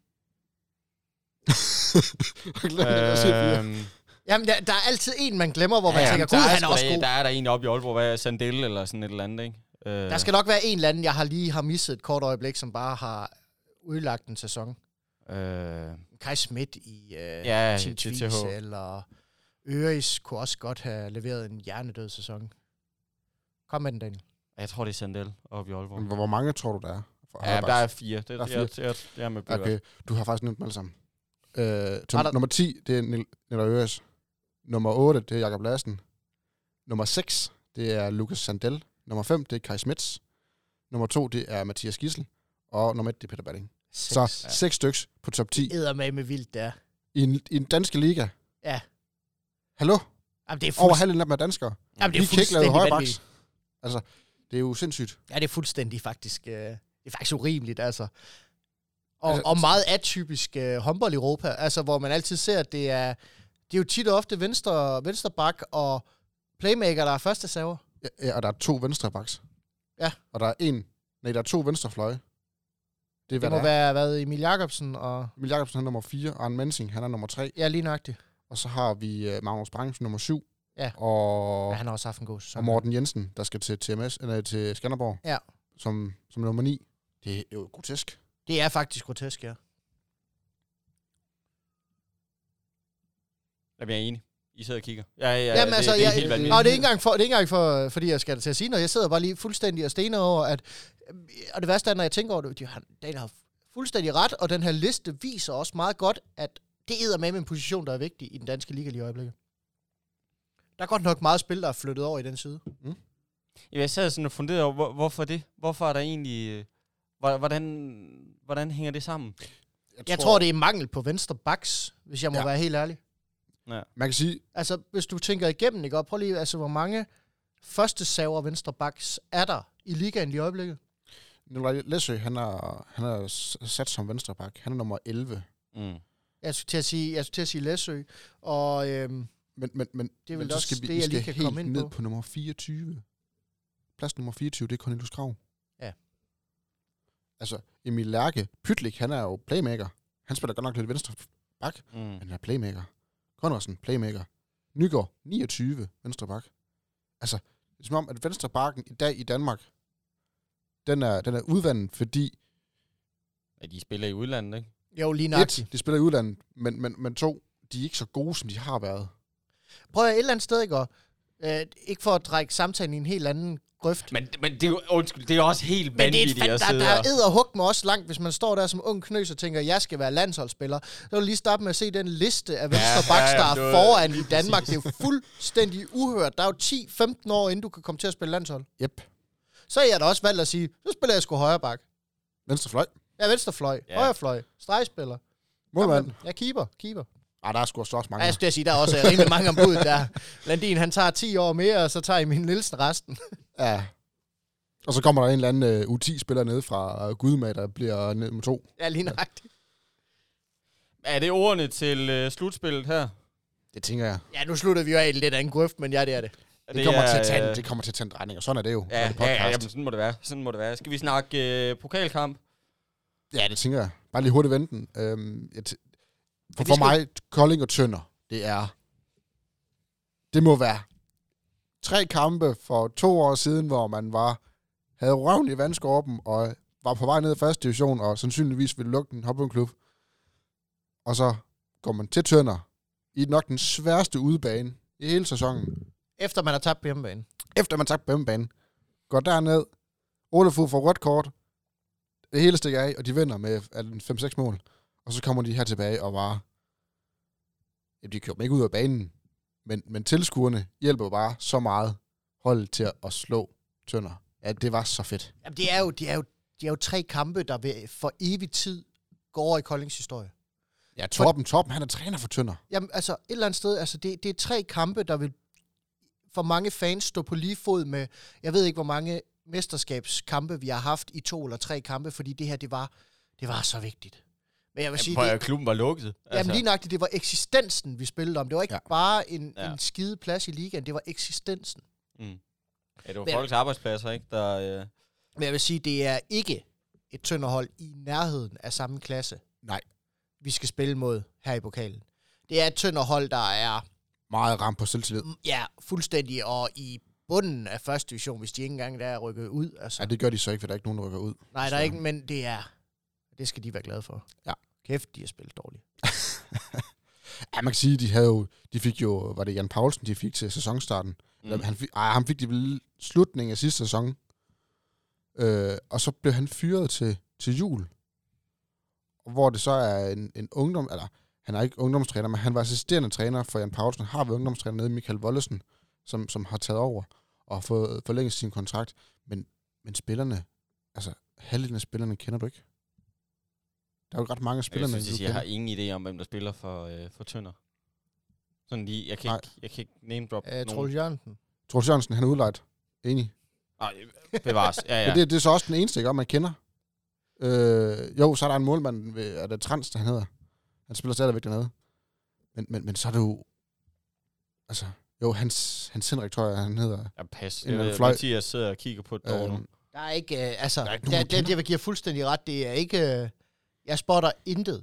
øhm. Jamen, der, der er altid en, man glemmer, hvor man ja, tænker, gud, han er også god. Der er der en oppe i Aalborg, hvad er Sandel eller sådan et eller andet, ikke? Øh. Der skal nok være en eller anden, jeg har lige har misset et kort øjeblik, som bare har udlagt en sæson. Øh. Kai Schmidt i uh, ja, Team Tvis, eller Øris kunne også godt have leveret en hjernedød sæson. Kom med den, Daniel. Jeg tror, det er Sandel oppe i Aalborg. Hvor, hvor mange tror du, der er? Ja, der er fire. Det, der er fire. Jeg, jeg, jeg er med på. Okay, du har faktisk nævnt dem alle sammen. Øh, tom, nummer ti, det er Niels Øres. Nummer otte, det er Jakob Larsen. Nummer seks, det er Lukas Sandel. Nummer fem, det er Kai Schmitz. Nummer to, det er Mathias Gissel. Og nummer et, det er Peter Balling. Seks. Så ja. seks styks på top ti. Det æder med med vildt, der. I en, I en danske liga. Ja. Hallo? Jamen, det er Over halvdelen af dem er danskere. Jamen, det er vi kan ikke lave højre baks. Altså, det er jo sindssygt. Ja, det er fuldstændig faktisk... Øh, det er faktisk urimeligt, altså. Og, altså, og meget atypisk øh, håndbold i Europa, altså, hvor man altid ser, at det er... Det er jo tit og ofte venstre, venstre bak og playmaker, der er første server. Ja, ja, og der er to venstre backs. Ja. Og der er en... Nej, der er to venstre fløje. Det, er, det må der være hvad, Emil Jacobsen og... Emil Jacobsen, han er nummer fire, og Arne Mensing, han er nummer tre. Ja, lige nøjagtigt. Og så har vi uh, Magnus Brangs nummer syv. Ja. Og... Ja, han har også haft en god sæson. Og Morten Jensen, der skal til T M S, eller til Skanderborg. Ja. Som, som nummer ni. Det er jo grotesk. Det er faktisk grotesk, ja. Jeg er enig. I sidder og kigger. Ja, ja, Jamen, altså, det, det er helt vanvittigt. Og det er ikke engang, for, det er ikke engang for, fordi jeg skal til at sige noget. Jeg sidder bare lige fuldstændig og stener over, at... Og det værste er, når jeg tænker over det, de, den har fuldstændig ret, og den her liste viser også meget godt, at det æder med en position, der er vigtig i den danske liga lige i øjeblikket. Der er godt nok meget spil, der er flyttet over i den side. Mm. Jeg sad sådan og funderede over, hvor, hvorfor det? Hvorfor er der egentlig... Hvordan, hvordan hænger det sammen? Jeg tror, jeg tror, det er mangel på venstre backs, hvis jeg må ja. være helt ærlig. Ja. Man kan sige... Altså, hvis du tænker igennem, ikke? Og prøv lige, altså, hvor mange første saver venstre backs er der i ligaen i øjeblikket? Nikolaj Læsø, han er, han er sat som venstre back. Han er nummer elleve. Mm. Jeg skulle til at sige, jeg skulle til at sige Læsø, og... Øhm, men, men, men, det er vel men også skal vi, det, jeg lige kan komme ind ned på. på nummer fireogtyve. Plads nummer fireogtyve, det er Cornelius Krav. Ja. Altså, Emil Lærke, Pytlik, han er jo playmaker. Han spiller godt nok lidt venstre back, mm. men han er playmaker. Conradsen, playmaker. Nygaard, niogtyve, venstre bak. Altså, det er som om, at venstre bakken i dag i Danmark, den er, den er udvandet, fordi... Ja, de spiller i udlandet, ikke? Jo, lige nøjagtigt. Et, de spiller i udlandet, men, men, men to, de er ikke så gode, som de har været. Prøv at et eller andet sted, ikke? Øh, ikke for at trække samtalen i en helt anden grøft. Men, men det er jo, undskyld, det er også helt vanvittigt at sidde der, der er edderhug mig også langt, hvis man står der som ung knøs og tænker, jeg skal være landsholdsspiller. Så vil du lige starte med at se den liste af venstre backs, der er foran i Danmark. Det er jo fuldstændig uhørt. Der er jo ti til femten år, inden du kan komme til at spille landshold. Yep. Så er jeg da også valgt at sige, så spiller jeg sgu højre bak. Venstre fløj. Ja, venstre fløj. Ja. Højre fløj. Stregspiller. Målmand. Ja, keeper. Keeper. Ah, der er sgu også mange. Ja, jeg skulle sige, der er også rimelig mange om budet der. Landin, han tager ti år mere, og så tager Emil Nielsen resten. Ja. Og så kommer der en eller anden uh, U ti spiller ned fra uh, Gudmad, der bliver ned med to. Ja, lige nøjagtigt. Er det ordene til uh, slutspillet her? Det tænker jeg. Ja, nu slutter vi jo af lidt af en grøft, men ja, det er det. Det, det, kommer, er, til at tage, det kommer til at tage en drejning, og sådan er det jo. Ja, det ja, ja jamen, sådan må det være. Sådan må det være. Skal vi snakke øh, pokalkamp? Ja, det tænker jeg. Bare lige hurtigt vente den. Øhm, jeg t- for for mig, Kolding og Tønder, det er... Det må være tre kampe for to år siden, hvor man var havde røven i vandskorpen, og var på vej ned i første division, og sandsynligvis ville lukke en hoppeklub. Og så går man til Tønder i nok den sværeste udebane i hele sæsonen. Efter man har tabt på hjemmebane. Efter man har tabt på hjemmebane. Går derned. Ole Fogh får rødt kort. Det hele stikker af, og de vinder med fem seks mål. Og så kommer de her tilbage og bare... Ja, de kører dem ikke ud af banen, men, men tilskuerne hjælper bare så meget holdet til at slå Tønder. Ja, det var så fedt. Jamen, det er jo, det er jo, det er jo tre kampe, der vil for evig tid går over i Koldings historie. Ja, Torben, Torben, han er træner for Tønder. Jamen, altså, et eller andet sted, altså, det, det er tre kampe, der vil for mange fans stå på lige fod med, jeg ved ikke, hvor mange mesterskabskampe vi har haft i to eller tre kampe, fordi det her, det var, det var så vigtigt. Men jeg vil sige, det, det, klubben var lukket. Altså. Jamen lige nøjagtigt, det var eksistensen, vi spillede om. Det var ikke ja. bare en, ja. en skide plads i ligaen, det var eksistensen. Mm. Ja, det var folks arbejdspladser, ikke? Der, øh... Men jeg vil sige, det er ikke et Tønderhold i nærheden af samme klasse. Nej. Vi skal spille mod her i pokalen. Det er et Tønderhold, der er... meget ramt på selvtillid. Ja, fuldstændig, og i bunden af første division, hvis de ikke engang der er rykket ud. Altså. Ja, det gør de så ikke, for der er ikke nogen, der rykker ud. Nej, så. der er ikke, men det er... Det skal de være glade for. Ja. Kæft, de har spillet dårligt. Ja, man kan sige, de havde jo... De fik jo... Var det Jan Poulsen, de fik til sæsonstarten? Mm. Han fik, ej, han fik de vel slutningen af sidste sæson. Øh, og så blev han fyret til, til jul. Hvor det så er en, en ungdom... Eller, han er ikke ungdomstræner, men han var assisterende træner for Jan Poulsen. Har været ungdomstræner nede i Michael Wollesen, som, som har taget over og har fået forlænget sin kontrakt. Men, men spillerne... Altså, halvdelen af spillerne kender du ikke. Der er jo ret mange spillere, jeg synes, jeg har ingen idé om, hvem der spiller for, øh, for Tønder. Sådan lige, jeg kan, ikke, jeg kan ikke name drop uh, nogen. Troels Jørgensen. Troels Jørgensen, han er udlejet. Enig. Nej, bevares. Ja, ja. Men det, det er så også den eneste, ikke, man kender. Øh, jo, så er der en målmand, ved, er det Trans, der han hedder. Han spiller stadigvæk dernede. Men, men, men så er det jo... Altså, jo, Hans, Hans Henrik, tror jeg, han hedder. Ja, pas. En, øh, Mathias sidder og kigger på det øh, nu. Der er ikke... Øh, altså, der er ikke nogen, der, det, jeg giver fuldstændig ret. Det er ikke... Øh, jeg spotter intet.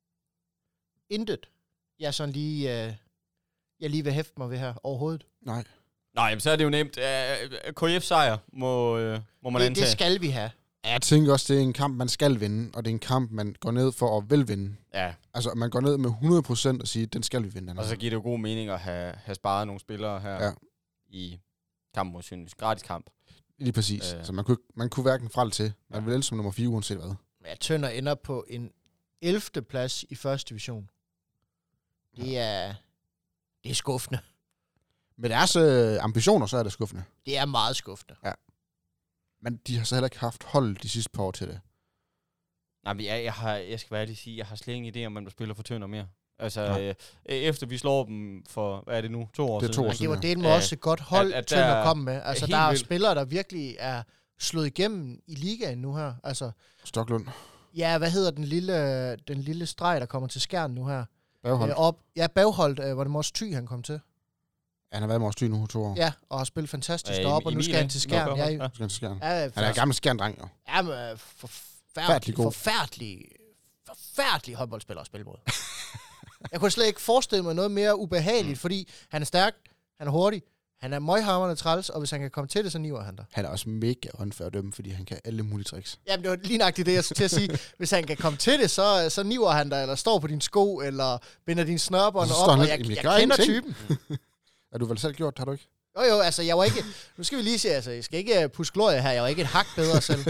Intet. Jeg er sådan lige... Øh, jeg lige vil hæfte mig ved her overhovedet. Nej. Nej, jamen, så er det jo nemt. Uh, K F-sejr må, uh, må man det, antage. Det skal vi have. Jeg tænker også, det er en kamp, man skal vinde, og det er en kamp, man går ned for at velvinde. Ja. Altså, man går ned med hundrede procent og siger, den skal vi vinde. Og så giver det jo god mening at have, have sparet nogle spillere her ja. i kampen mod Sønderjysk. Gratis kamp. Lige præcis. Øh. Så man kunne, man kunne hverken fra til. Man ja. vil ende som nummer fire, uanset hvad. Ja, Tønder ender på en ellevte plads i første division. Det er, det er skuffende. Med deres øh, ambitioner, så er det skuffende. Det er meget skuffende. Ja. Men de har så heller ikke haft hold de sidste par år til det. Nej, men jeg, jeg, har, jeg skal være ærlig sige, jeg har slet ingen idé om, hvem der spiller for Tønder mere. Altså, øh, efter vi slår dem for, hvad er det nu, to år det er siden? To år siden det var det med også et godt hold, at, at Tønder kom med. Altså, der er vildt. spillere, der virkelig er slået igennem i ligaen nu her. Altså, Stoklund. Ja, hvad hedder den lille, den lille streg, der kommer til Skjern nu her? Bagholdt. Øh, op, ja, Bagholdt, øh, hvor det Mors Thy, han kom til. Ja, han har været med Mors Thy nu to år. Ja, og har spillet fantastisk ja, deroppe, og nu skal han til Skjern. Ja, ja, skal han til Skjern. Ja, han er en gammel Skjern-dreng, jo. Ja, men forfærdelig, forfærdelig, forfærdelig håndboldspiller at spille mod. Jeg kunne slet ikke forestille mig noget mere ubehageligt, mm. fordi han er stærk, han er hurtig, han er møghamrende træls, og hvis han kan komme til det, så niver han der. Han er også mega unfair at dømme, fordi han kan alle mulige tricks. Jamen, det var lige nøjagtigt det, jeg skulle til at sige. Hvis han kan komme til det, så, så niver han der, eller står på din sko, eller binder dine snørbånd op, og jeg, jeg, jeg kender typen. Er du vel selv gjort, har du ikke? Jo jo, altså jeg var ikke, nu skal vi lige se, altså jeg skal ikke puske glorie her, jeg var ikke et hak bedre selv.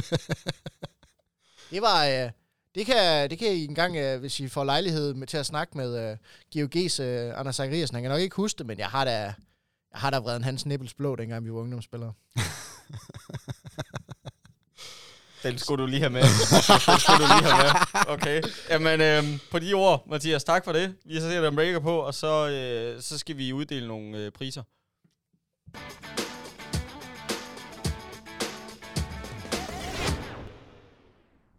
Det var, øh, det kan, det kan I engang, øh, hvis I får lejlighed med, til at snakke med øh, G O G's øh, Anders Zachariasen, han kan nok ikke huske det, men jeg har da, jeg har da vredet en hans nipples blå, dengang vi var ungdomsspillere. Den skulle du lige have med. Den skulle du lige have med. Okay. Jamen, øh, på de ord, Mathias, tak for det. Vi så sætter en breaker på, og så, øh, så skal vi uddele nogle øh, priser.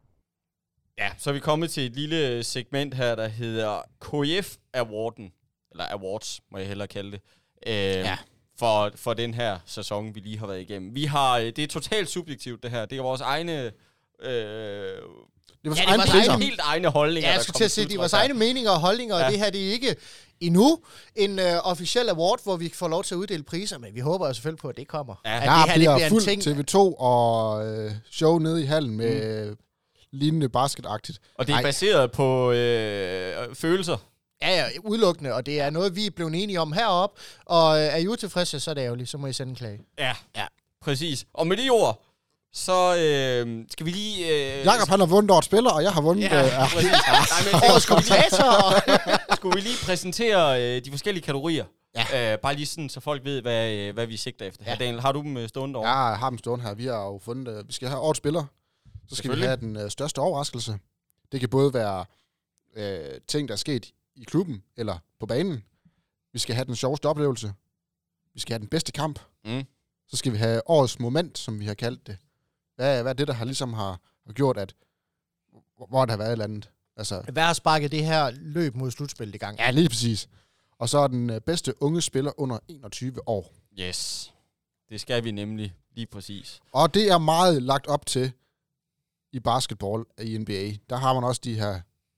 Ja, så er vi kommet til et lille segment her, der hedder K F Awarden. eller awards, må jeg hellere kalde det, øh, ja. for, for den her sæson, vi lige har været igennem. Vi har, det er totalt subjektivt, det her. Det er vores egne... Øh, Det var ja, det vores egne, helt egne holdninger. Ja, jeg skulle til at sige, det var vores egne meninger og holdninger, ja. Og det her, det er ikke endnu en uh, officiel award, hvor vi får lov til at uddele priser, men vi håber jo selvfølgelig på, at det kommer. Ja, at det her bliver, bliver fuldt T V to og øh, show nede i hallen med mm. lignende basketagtigt. Og det er Ej. baseret på øh, følelser. Ja, ja, udelukkende, og det er noget, vi er blevet enige om heroppe, og øh, er I utilfredse, så er det ærgerligt, så må I sende en klage. Ja, ja, præcis. Og med de ord, så øh, skal vi lige... Øh, Jakob, han har vundet årets spiller, og jeg har vundet... Ja, øh, præcis. Nej, men årets kommentator. Skulle vi lige præsentere øh, de forskellige kategorier? Ja. Øh, bare lige sådan, så folk ved, hvad, øh, hvad vi sigter efter. Ja. Her, Daniel, har du dem stående over? Ja, jeg har dem stående her. Vi har jo fundet... Øh, vi skal have årets spiller. Så skal vi have den øh, største overraskelse. Det kan både være øh, ting, der er sket i klubben, eller på banen. Vi skal have den sjoveste oplevelse. Vi skal have den bedste kamp. Mm. Så skal vi have årets moment, som vi har kaldt det. Hvad, hvad er det, der har ligesom har, har gjort, at hvor der har været et eller andet? Altså, hvad har sparket det her løb mod slutspillet i gang? Ja, lige præcis. Og så er den bedste unge spiller under enogtyve år. Yes. Det skal vi nemlig lige præcis. Og det er meget lagt op til i basketball i N B A. Der har man også de her...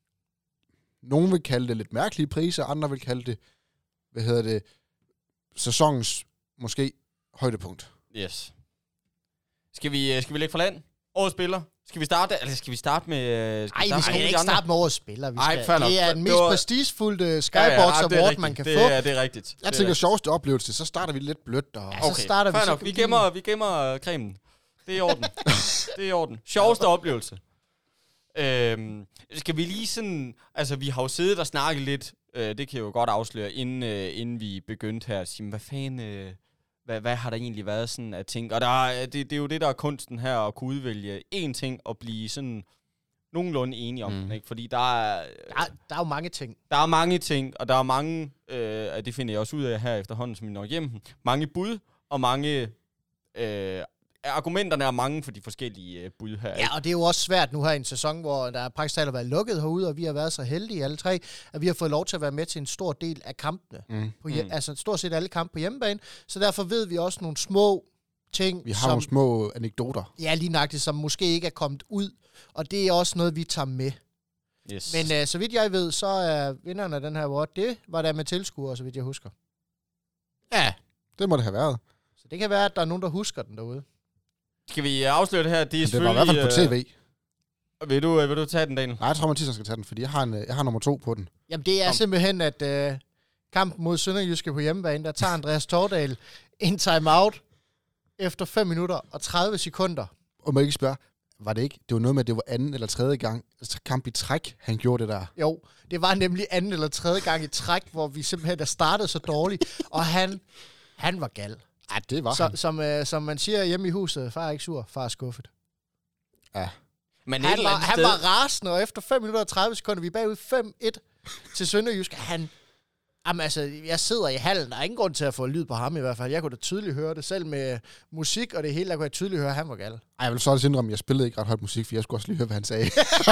Nogen vil kalde det lidt mærkelige priser, andre vil kalde det, hvad hedder det, sæsonens måske højdepunkt. Yes. Skal vi, skal vi lægge for land? Årets spiller? Skal vi starte, eller skal vi starte med... Nej, vi skal ikke starte med årets spiller. Vi skal, Ej, det er den mest var... prestigefulde Skybox ja, ja, Award, rigtigt. Man kan det få. Er, det er rigtigt. Jeg tænker, sjovste oplevelse, så starter vi lidt blødt. Og... Ja, så okay. starter vi... Så vi, gemmer, vi gemmer cremen. Det er i orden. Det er i orden. Sjoveste oplevelse. Øhm, skal vi lige sådan... Altså, vi har jo siddet og snakket lidt, øh, det kan jeg jo godt afsløre, inden, øh, inden vi begyndte her at sige, hvad fanden... Øh, Hvad, hvad har der egentlig været sådan at tænke? Og der er, det, det er jo det, der er kunsten her, at kunne udvælge én ting og blive sådan nogenlunde enige om mm. den, ikke? Fordi der er... Der, der er jo mange ting. Der er mange ting, og der er mange, øh, det finder jeg også ud af her efterhånden, som vi når hjem, mange bud og mange... Øh, argumenterne er mange for de forskellige øh, bud her. Ja, ikke? Og det er jo også svært nu her i en sæson, hvor der praktisk talt har været lukket herude, og vi har været så heldige alle tre, at vi har fået lov til at være med til en stor del af kampene. Mm. På hjem, mm. Altså stort set alle kampe på hjemmebane. Så derfor ved vi også nogle små ting. Vi har som, nogle små anekdoter. Ja, lige nøjagtigt, som måske ikke er kommet ud. Og det er også noget, vi tager med. Yes. Men øh, så vidt jeg ved, så er vinderen af den her award, det var der med tilskuere, så vidt jeg husker. Ja, det må det have været. Så det kan være, at der er nogen, der husker den derude. Skal vi afsløre det her? Det, er det var i hvert fald på tv. Øh, vil, du, vil du tage den, Daniel? Nej, jeg tror, Mathias skal tage den, fordi jeg har, en, jeg har nummer to på den. Jamen, det er Kom. simpelthen, at øh, kampen mod Sønderjyske på hjemmebane, der tager Andreas Tordal en timeout efter fem minutter og tredive sekunder. Og må jeg ikke spørge, var det ikke? Det var noget med, at det var anden eller tredje gang, altså kamp i træk, han gjorde det der. Jo, det var nemlig anden eller tredje gang i træk, hvor vi simpelthen er startet så dårligt, og han, han var gal. Ja, det var så, han. Som, øh, som man siger hjemme i huset, far er ikke sur, far er skuffet. Ja. Men han, var, han var rasende, og efter fem minutter og tredive sekunder, vi er bagud fem et til Sønderjysk. Han, jamen altså, jeg sidder i hallen, der er ingen grund til at få lyd på ham i hvert fald. Jeg kunne da tydeligt høre det, selv med musik og det hele, der kunne jeg tydeligt høre, at han var gal. Ej, jeg vil så også indrømme, at jeg spillede ikke ret højt musik, for jeg skulle også lige høre, hvad han sagde.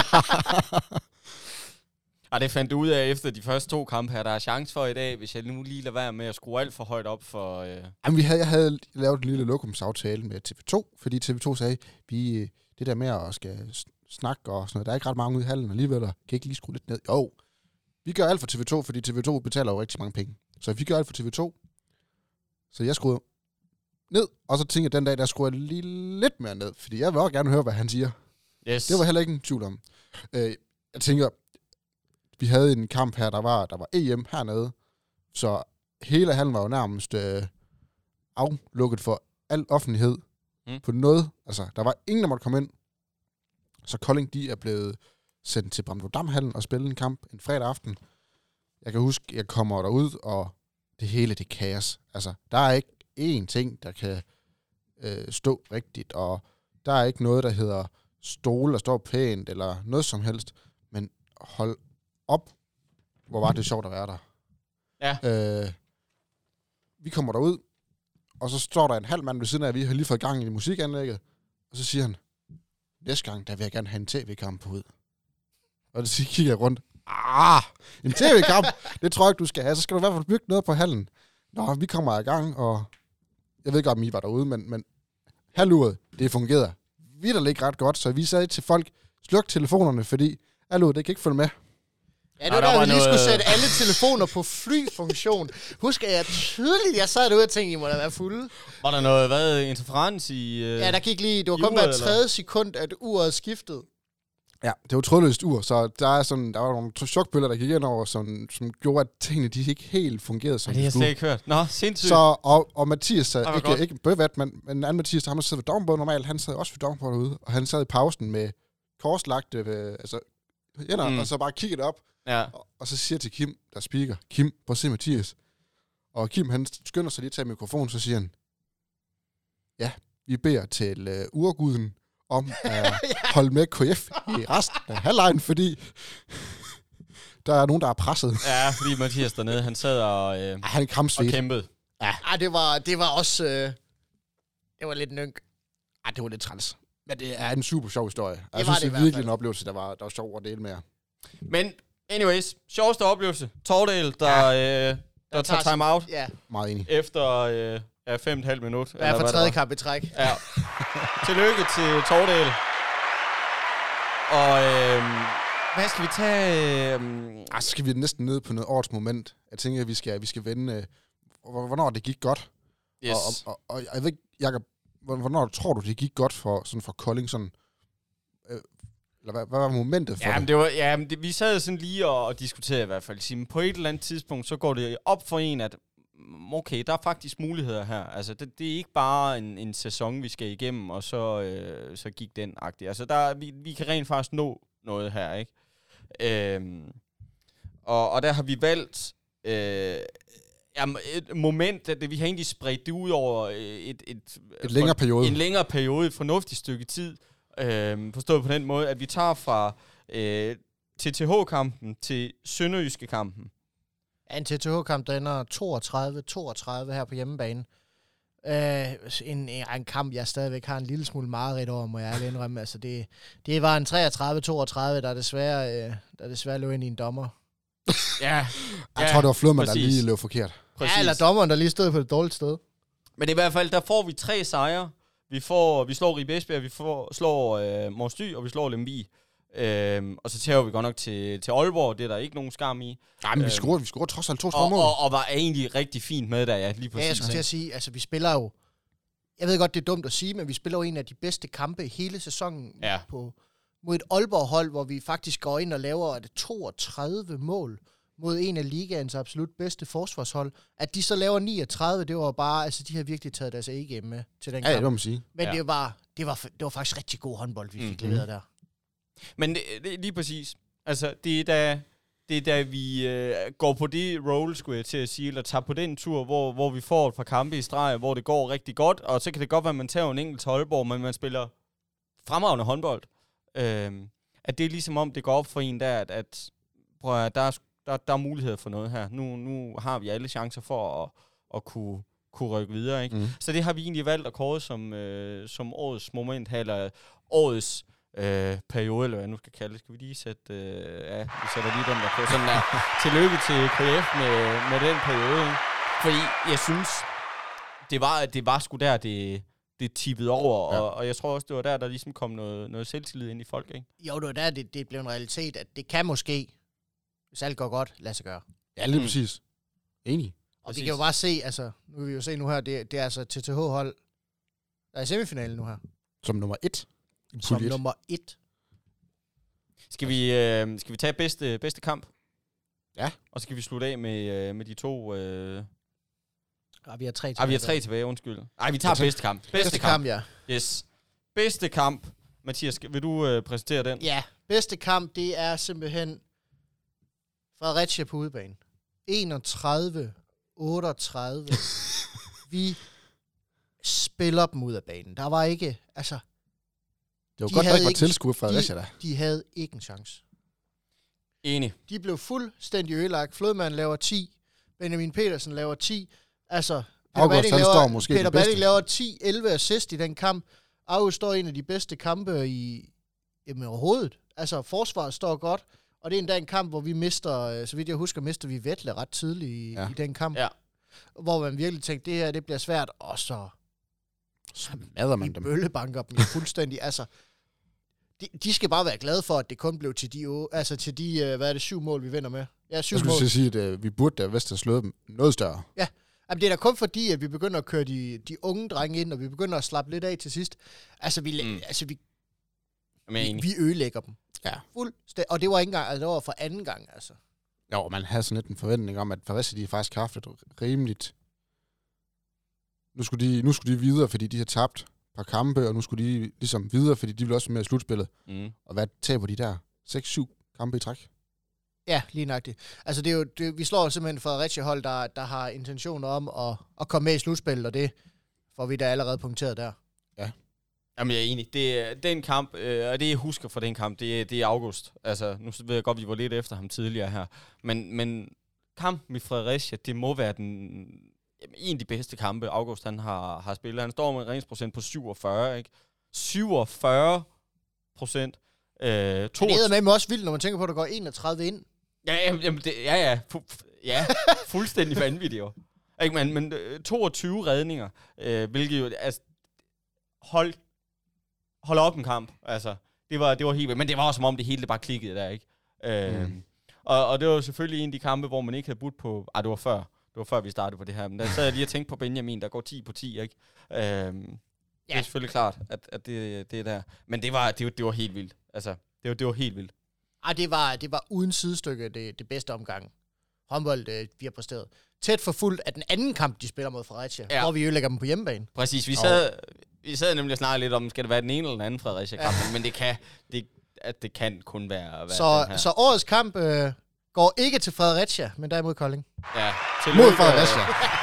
Og det fandt du ud af efter de første to kampe her. Der er chance for i dag, hvis jeg nu lige lader være med at skrue alt for højt op for... Øh... Jamen, vi havde, jeg havde lavet en lille lokumsaftale med T V to, fordi T V to sagde, vi det der med at skal snakke og sådan noget, der er ikke ret mange ude i hallen alligevel, og kan ikke lige skrue lidt ned. Jo, vi gør alt for T V to, fordi T V to betaler jo rigtig mange penge. Så vi gør alt for T V to. Så jeg skruede ned, og så tænkte jeg den dag, der skruede jeg lige lidt mere ned, fordi jeg vil også gerne høre, hvad han siger. Yes. Det var heller ikke en tvivl om. Øh, jeg tænker... Vi havde en kamp her, der var, der var E M hernede, så hele hallen var jo nærmest øh, aflukket for al offentlighed mm. på noget. Altså, der var ingen, der måtte komme ind. Så Kolding, de er blevet sendt til Bramdrup-Damhallen og spille en kamp en fredag aften. Jeg kan huske, jeg kommer derud, og det hele, det er kaos. Altså, der er ikke én ting, der kan øh, stå rigtigt, og der er ikke noget, der hedder stole, der står pænt, eller noget som helst. Men hold op, hvor var det sjovt at være der. Ja. Øh, vi kommer derud, og så står der en halv mand ved siden af, at vi har lige fået gang i musikanlægget, og så siger han, næste gang, der vil jeg gerne have en tv-kamp ud. Og det kigger jeg rundt. Ah, en tv-kamp, det tror jeg ikke, du skal have. Så skal du i hvert fald bygge noget på hallen. Nå, vi kommer i gang, og jeg ved ikke, om I var derude, men, men halvuret, det fungerede vitterligt ikke ret godt, så vi sagde til folk, sluk telefonerne, fordi halvuret, det kan ikke følge med. Ja, det var Nå, der, der var vi lige noget... skulle sætte alle telefoner på flyfunktion. Husker jeg tydeligt, jeg sad derude og tænkte, I må da være fulde. Var der noget, hvad, interferens i uh, Ja, der gik lige, det var kun hver tredje sekund, at uret skiftede. Ja, det var trådløst ur, så der, er sådan, der var nogle chokbølger, der gik ind over, som, som gjorde, at tingene de ikke helt fungerede, som ja, det har jeg slet ikke hørt. Nå, sindssygt. Så, og, og Mathias sad, ikke, ikke bøvat, men, men anden Mathias, der ham, der sad ved dommerbåden normalt, han sad også ved dommerbåden derude, og han sad i pausen med korslagte, øh, altså, hænder, mm. og så bare kiggede op, ja. og, og så siger til Kim, der speaker, Kim, prøv at se Mathias. Og Kim, han skynder sig lige at tage mikrofonen, så siger han, ja, vi beder til øh, urguden, om at holde med K F i resten af halvlejen, fordi der er nogen, der er presset. Ja, fordi Mathias dernede, han sad og, øh, han og kæmpede. Ja, Ej, det, var, det var også... Øh, det var lidt nynk. Ej, det var lidt træls. Men det er en super sjov historie. Det jeg synes, det det er virkelig en oplevelse, der var, der var sjov at dele med jer. Men anyways, sjoveste oplevelse. Tordal, der, ja. øh, der, der tager time out. Ja. Meget enig. Efter... Øh, Ja, fem og et halvt minut. Ja, for tredje kamp i træk. Ja. Tillykke til Tordal. Og øhm, hvad skal vi tage? Øhm... Ej, så skal vi næsten ned på noget årets moment. Jeg tænker, at vi skal, vi skal vende, øh, hvornår det gik godt. Yes. Og, og, og, og jeg ved ikke, Jacob, hvornår tror du, det gik godt for, sådan for Kolding? Sådan, øh, eller hvad, hvad var momentet for jamen, det? det var, ja, det, vi sad sådan lige og, og diskuterede i hvert fald. Sige, på et eller andet tidspunkt, så går det op for en, at okay, der er faktisk muligheder her. Altså, det, det er ikke bare en, en sæson, vi skal igennem, og så, øh, så gik den agtigt. Altså, der, vi, vi kan rent faktisk nå noget her, ikke? Øhm, og, og der har vi valgt øh, jamen, et moment, at vi har egentlig spredt det ud over et, et, et længere periode. En længere periode, et fornuftigt stykke tid. Øh, forstået på den måde, at vi tager fra øh, T T H-kampen til Sønderjyske-kampen. Ja, en T T H-kamp, der ender toogtredive toogtredive her på hjemmebane. Øh, en, en kamp, jeg stadigvæk har en lille smule mareridt over, må jeg ærligt indrømme. Altså, det, det var en treogtredive toogtredive, der desværre, øh, der desværre løb ind i en dommer. Ja. Jeg ja, tror, det var Flødman, der lige løb forkert. Præcis. Ja, eller dommeren, der lige stod på et dårligt sted. Men i hvert fald, der får vi tre sejre. Vi, får, vi slår Ribe Esbjerg, vi får, slår øh, Mors Thy, og vi slår Lemvig. Øhm, og så tager vi godt nok til, til Aalborg, det er der ikke nogen skam i. Nej, men øhm, vi scorer vi scorer trods alt to små mål. Og, og var egentlig rigtig fint med der, ja, lige præcis. Ja, jeg skulle til at sige, altså vi spiller jo, jeg ved godt, det er dumt at sige, men vi spiller jo en af de bedste kampe hele sæsonen ja. på, mod et Aalborg-hold, hvor vi faktisk går ind og laver det toogtredive mål mod en af ligaens absolut bedste forsvarshold. At de så laver niogtredive, det var bare, altså de har virkelig taget deres A-game med til den ja, kamp. Ja, det må man sige. Men ja. det, var, det, var, det var faktisk rigtig god håndbold, vi fik mm-hmm. leveret der. Men det, det, lige præcis. Altså, det er da, det er da vi øh, går på det roll, skulle jeg til at sige, eller tager på den tur, hvor, hvor vi får et par kampe i streg, hvor det går rigtig godt, og så kan det godt være, at man tager en enkelt Aalborg, men man spiller fremragende håndbold. Øhm, at det er ligesom om, det går op for en der, at, at prøv at, der, er, der, der er muligheder for noget her. Nu, nu har vi alle chancer for at, at kunne, kunne rykke videre, ikke? Mm. Så det har vi egentlig valgt at kåre som, øh, som årets moment, eller årets Øh, periode, eller hvad jeg nu skal kalde det. Skal vi lige sætte... Øh, ja, vi sætter lige den der på. Sådan der. Tillykke til K F med, med den periode. Ikke? Fordi jeg synes, det var, det var sgu der, det, det tippede over. Ja. Og, og jeg tror også, det var der, der ligesom kom noget, noget selvtillid ind i folk. Ikke? Jo, det var der, det, det blev en realitet, at det kan måske, hvis alt går godt, lade sig gøre. Ja, lige mm. præcis. Enig. Og præcis. Vi kan jo bare se, altså, nu kan vi jo se nu her, det, det er altså T T H-hold, der er i semifinalen nu her. Som nummer et. Som nummer et. Skal vi, øh, skal vi tage bedste, bedste kamp? Ja. Og så skal vi slutte af med, øh, med de to... Øh... Ah, vi har tre tilbage. Ah, vi har tre tilbage, undskyld. Nej, vi tager bedste kamp. Bedste, bedste kamp, kamp, ja. Yes. Bedste kamp. Mathias, vil du øh, præsentere den? Ja, bedste kamp, det er simpelthen Fredericia på udebane. enogtredive otteogtredive Vi spiller dem ud af banen. Der var ikke, altså... Det var de godt, der ikke var tilskuer fra Fredericia der. De havde ikke en chance. Enig. De blev fuldstændig ødelagt. Flodman laver ti. Benjamin Petersen laver ti. Altså, Peter Batting laver, Peter Batting laver ti elleve assist i den kamp. Aarhus står en af de bedste kampe i jamen, overhovedet. Altså, forsvaret står godt. Og det er endda en kamp, hvor vi mister, så vidt jeg husker, mister vi Vettel ret tidligt i, ja. i den kamp. Ja. Hvor man virkelig tænkte, det her, det bliver svært, og så smadrer man dem. Bøllebanker dem fuldstændig. Altså, de, de skal bare være glade for, at det kun blev til de, altså til de, hvad er det, syv mål, vi vinder med. Ja, syv jeg mål. skulle sige, at uh, vi burde da vist have slået dem noget større. Ja, jamen, det er da kun fordi, at vi begynder at køre de, de unge drenge ind, og vi begynder at slappe lidt af til sidst. Altså, vi, mm. altså, vi, vi, vi ødelægger dem. Ja. Fuldstændig. Og det var ikke engang, altså det var for anden gang, altså. Jo, man havde sådan lidt en forventning om, at Fredericia, de faktisk har haft et rimeligt... Nu skulle, de, nu skulle de videre, fordi de har tabt et par kampe, og nu skulle de ligesom videre, fordi de vil også med i slutspillet. Mm. Og hvad taber de der? seks syv kampe i træk? Ja, lige nøjagtigt. Altså, det er jo, det, vi slår simpelthen Fredericia-hold, der, der har intentioner om at, at komme med i slutspillet, og det får vi da allerede punkteret der. Ja. Jamen, jeg er enig. Det, den kamp, øh, og det jeg husker fra den kamp, det, det er august. Altså, nu ved jeg godt, vi var lidt efter ham tidligere her. Men, men kampen i Fredericia, det må være den, jamen, en af de bedste kampe, August han har, har spillet. Han står med en redningsprocent på syvogfyrre, ikke? syvogfyrre procent. Øh, to... Det er med også vildt, når man tænker på, at der går enogtredive ind. Ja, jamen, det, ja, ja. Fu- ja, fuldstændig vanvittigt jo. Ikke, men, men toogtyve redninger, øh, hvilket jo, altså, hold holde op en kamp, altså, det var, det var helt vildt, men det var også som om det hele det bare klikkede der, ikke? Øh, mm. og, og det var selvfølgelig en af de kampe, hvor man ikke havde budt på, ah, det var før, det var før vi startede på det her, men der sad jeg lige og tænkte på Benjamin, der går ti på ti, ikke? Øh, ja. Det er selvfølgelig klart, at, at det, det er der, men det var, det, det var helt vildt, altså, det var, det var helt vildt. Ej, det var, det var uden sidestykke det, det bedste omgang. Håndbold, øh, vi har præsteret. Tæt forfulgt af den anden kamp, de spiller mod Fredericia, ja. Hvor vi ødelægger dem på hjemmebane. Præcis, vi sad, vi sad nemlig og snakkede lidt om, skal det være den ene eller den anden Fredericia-kamp, ja. Men det kan, det, at det kan kun være, være så, den her. Så årets kamp øh, går ikke til Fredericia, men derimod Kolding. Ja, til mod Fredericia.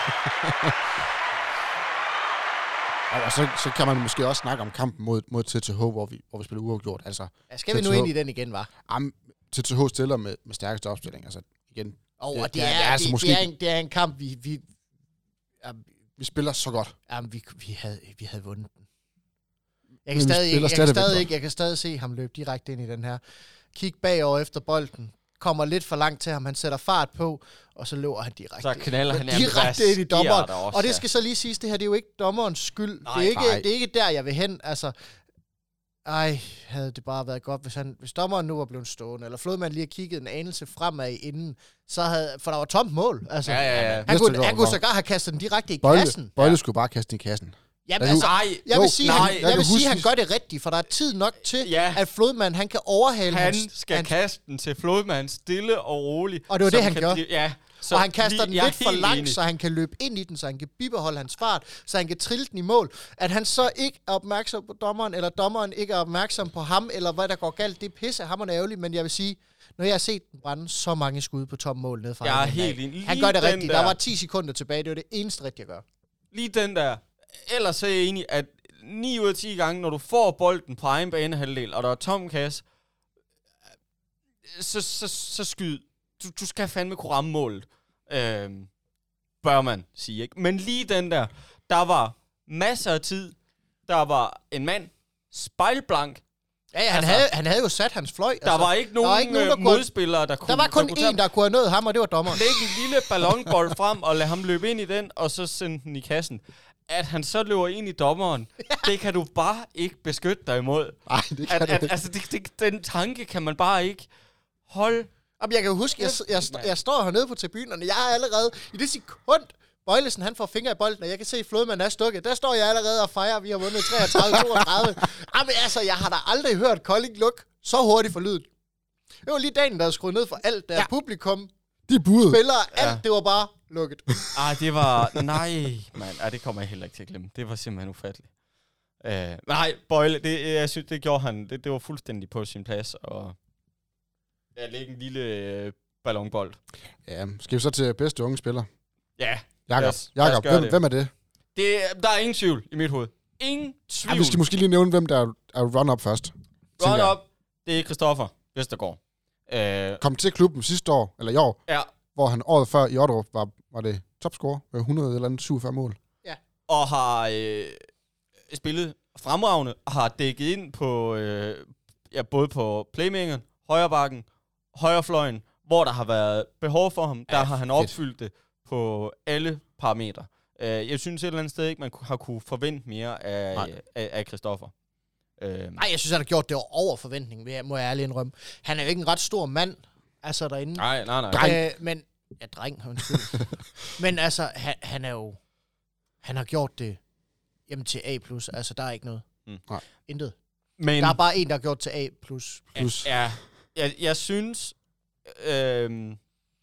Og så, så kan man måske også snakke om kampen mod, mod T T H, hvor vi, hvor vi spiller uafgjort. Altså, ja, skal vi nu ind i den igen, var? Jamen, T T H stiller med, med stærkeste opstilling. Altså, igen, oh, det, det, er, det, er, altså det, måske, det, er en, det er en kamp, vi... Vi, ja, vi spiller så godt. Jamen, vi, vi, havde, vi havde vundet den. Jeg kan, stadig, jeg, jeg, kan stadig ikke, jeg kan stadig se ham løbe direkte ind i den her. Kig bagover efter bolden. Kommer lidt for langt til ham. Han sætter fart på, og så løber han direkte. Så knalder han direkte ind i dommeren. Også, og det skal så lige siges, det her, det er jo ikke dommerens skyld. Nej, det, er ikke, det er ikke der, jeg vil hen. Altså, ej, havde det bare været godt, hvis, han, hvis dommeren nu var blevet stående, eller Flodman lige har kigget en anelse fremad inden, så havde, for der var tomt mål. Altså, ja, ja, ja. Han, kunne, han kunne sågar have kastet den direkte i Bøjle, kassen. Bøjle ja. skulle bare kaste den i kassen. Jamen altså, nej, jeg vil sige, nej, han, jeg vil sige, han gør det rigtigt, for der er tid nok til, ja. At Flodman, han kan overhale han hans... skal hans, kaste den til Flodman stille og roligt. Og det var det, han gør. Ja, og han kaster den lidt for langt, så han kan løbe ind i den, så han kan bibeholde hans fart, så han kan trille den i mål. At han så ikke er opmærksom på dommeren, eller dommeren ikke er opmærksom på ham, eller hvad der går galt, det er pisse hammerende ærgerligt, men jeg vil sige, når jeg har set den brænde så mange skud på tom mål ned fra jeg er helt enig. Han gør det rigtigt. Der. der var ti sekunder tilbage, det var det eneste rigtige, jeg gør. Lige den der. Ellers så er jeg enig, at ni ud af ti gange, når du får bolden på egen banehalvdel, og der er tom kasse, så, så, så skyd. Du, du skal fandme kunne ramme målet. Øhm, bør man sige, ikke? Men lige den der, der var masser af tid. Der var en mand, spejlblank. Ja, ja han, altså, havde, han havde jo sat hans fløj. Der altså, var ikke nogen, var ikke nogen der modspillere, der kunne... Der var kun der en, der kunne have nået ham, og det var dommeren. Læg en lille ballonbold frem, og lad ham løbe ind i den, og så sende den i kassen. At han så løber ind i dommeren, det kan du bare ikke beskytte dig imod. Nej, det kan at, du at, ikke. Altså, det, det, den tanke kan man bare ikke holde. Jamen, jeg kan jo huske, jeg, jeg, jeg, jeg står hernede på tribunerne, jeg er allerede i det sekund, Bøjlesen, han får fingre i bolden, og jeg kan se, at Flodman er stukket. Der står jeg allerede og fejrer, at vi har vundet treogtredive toogtredive. Jamen altså, jeg har da aldrig hørt Kolding luk så hurtigt for lyden. Det var lige dagen, der havde skruet ned for alt, der ja. Publikum, de buede. Spillere, alt, ja. Det var bare lukket. Ah, det var... Nej, mand. Ah, det kommer jeg heller ikke til at glemme. Det var simpelthen ufatteligt. Uh, nej, Bøjle, det, jeg synes, det gjorde han. Det, det var fuldstændig på sin plads, og... Jeg lægger en lille øh, ballonbold. Ja, skal vi så til bedste unge spiller? Ja. Jakob, Jakob hvem, hvem er det? det? Der er ingen tvivl i mit hoved. Ingen tvivl. Ja, vi skal måske lige nævne, hvem der er, er run-up først. Run-up, det er Christoffer Vestergaard. Uh, Kom til klubben sidste år, eller i år, ja. Hvor han året før i Otterup var, var det topscorer med hundrede eller andet syvogfyrre mål. Ja. Og har øh, spillet fremragende, har dækket ind på, øh, ja, både på playmakeren, højrebakken højrefløjen, hvor der har været behov for ham, der ja, har han opfyldt det på alle parametre. Uh, jeg synes et eller andet sted ikke, man har kunne forvente mere af, af, af Christoffer. Uh, Nej, jeg synes, han har gjort det over forventning, må jeg ærligt indrømme. Han er jo ikke en ret stor mand, altså derinde. Nej, nej, nej. Uh, men, ja, dreng, undskyld. Men altså, han, han er jo, han har gjort det jamen til A plus, altså der er ikke noget. Mm. Intet. Men, der er bare en, der har gjort til A plus. plus. Ja, jeg, jeg synes, øh,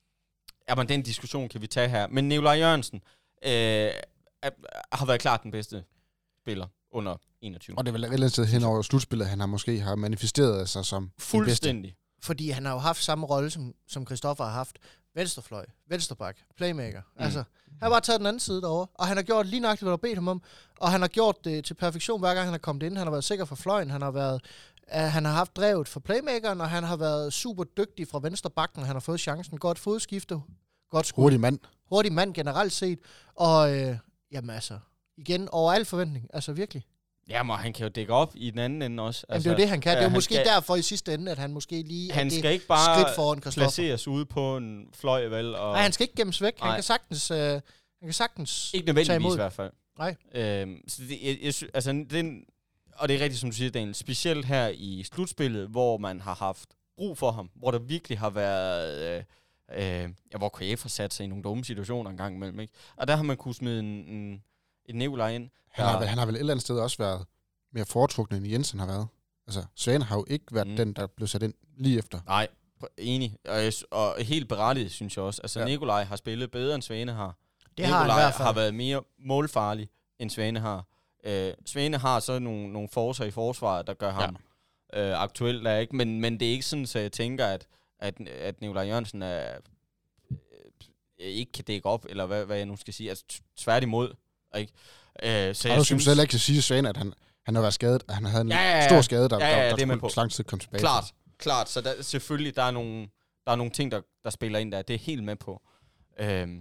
jamen den diskussion kan vi tage her, men Nikolaj Jørgensen øh, er, har været klart den bedste spiller under enogtyve. Og det er vel et eller andet sted hen over slutspillet, han har måske har manifesteret sig som fuldstændig. Fordi han har jo haft samme rolle, som, som Christoffer har haft. Venstrefløj, venstreback, playmaker. Mm. Altså, han har bare taget den anden side derovre, og han har gjort lige nøjagtigt, hvad der bedt ham om, og han har gjort det til perfektion, hver gang han har kommet ind. Han har været sikker for fløjen, han har været, uh, han har haft drevet for playmakeren, og han har været super dygtig fra venstrebacken, han har fået chancen. Godt fodskifte, godt skud. Hurtig mand. Hurtig mand generelt set, og øh, jamen altså, igen, over al forventning, altså virkelig. Jamen, han kan jo dække op i den anden ende også. Altså, jamen, det er jo det, han kan. Det er jo måske skal, derfor i sidste ende, at han måske lige han skal ikke bare placeres ude på en fløj, vel? Og nej, han skal ikke gemmes væk. Nej. Han kan sagtens, øh, han kan sagtens ikke nødvendigvis i hvert fald. Nej. Øhm, så det, jeg, jeg, altså, det, og det er rigtigt, som du siger, Daniel, specielt her i slutspillet, hvor man har haft brug for ham, hvor der virkelig har været, øh, øh, ja, hvor K F har sat sig i nogle dumme situationer en gang imellem, ikke? Og der har man kunne smide en, en, et Nikolaj ind. Han har, vel, han har vel et eller andet sted også været mere foretrukne, end Jensen har været. Altså, Svane har jo ikke været mm. den, der blev sat ind lige efter. Nej, enig. Og, og helt berettiget, synes jeg også. Altså, ja. Nikolaj har spillet bedre, end Svane har. Det Nikolaj har, han har været mere målfarlig, end Svane har. Øh, Svane har så nogle, nogle forser i forsvaret, der gør ham ja. øh, aktuelt, der ikke. Men, men det er ikke sådan, så jeg tænker, at, at, at Nikolaj Jørgensen er, øh, ikke kan dække op, eller hvad, hvad jeg nu skal sige. Altså, tværtimod, ikke? Øh, så jeg, jeg synes selv ikke kan sige Svane, at han, han har været skadet, at han havde en ja, ja, ja. stor skade, der, ja, ja, ja, der, der skulle lang tid komme tilbage. Klart, klart. Så der, selvfølgelig, der er nogle, der er nogle ting, der, der spiller ind der. Det er helt med på. Øhm,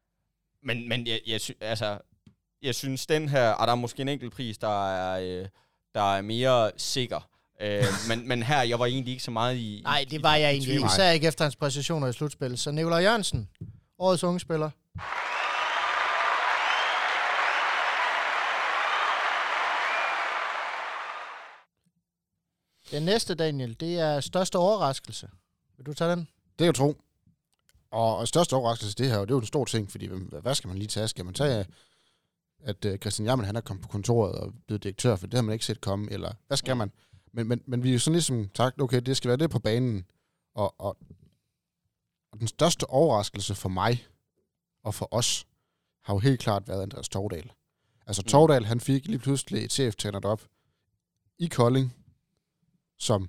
men men jeg, jeg, sy- altså, jeg synes, den her, og der er måske en enkelt pris, der er, øh, der er mere sikker. øh, men, men her, jeg var egentlig ikke så meget i... Nej, det var i, jeg egentlig ikke. Især ikke efter hans præcisioner i slutspillet. Så Nikolaj Jørgensen, årets unge spiller. Den næste, Daniel, det er største overraskelse. Vil du tage den? Det er jo tro. Og, og største overraskelse, det her, det er jo en stor ting, fordi hvad skal man lige tage? Skal man tage, at uh, Christian Jammen, han er kommet på kontoret og blevet direktør, for det har man ikke set komme, eller hvad skal man? Men, men, men vi er jo sådan ligesom sagt, okay, det skal være det på banen. Og, og, og den største overraskelse for mig og for os, har jo helt klart været Andreas Tovdal. Altså Tovdal, han fik lige pludselig et cheftræner op i Kolding, som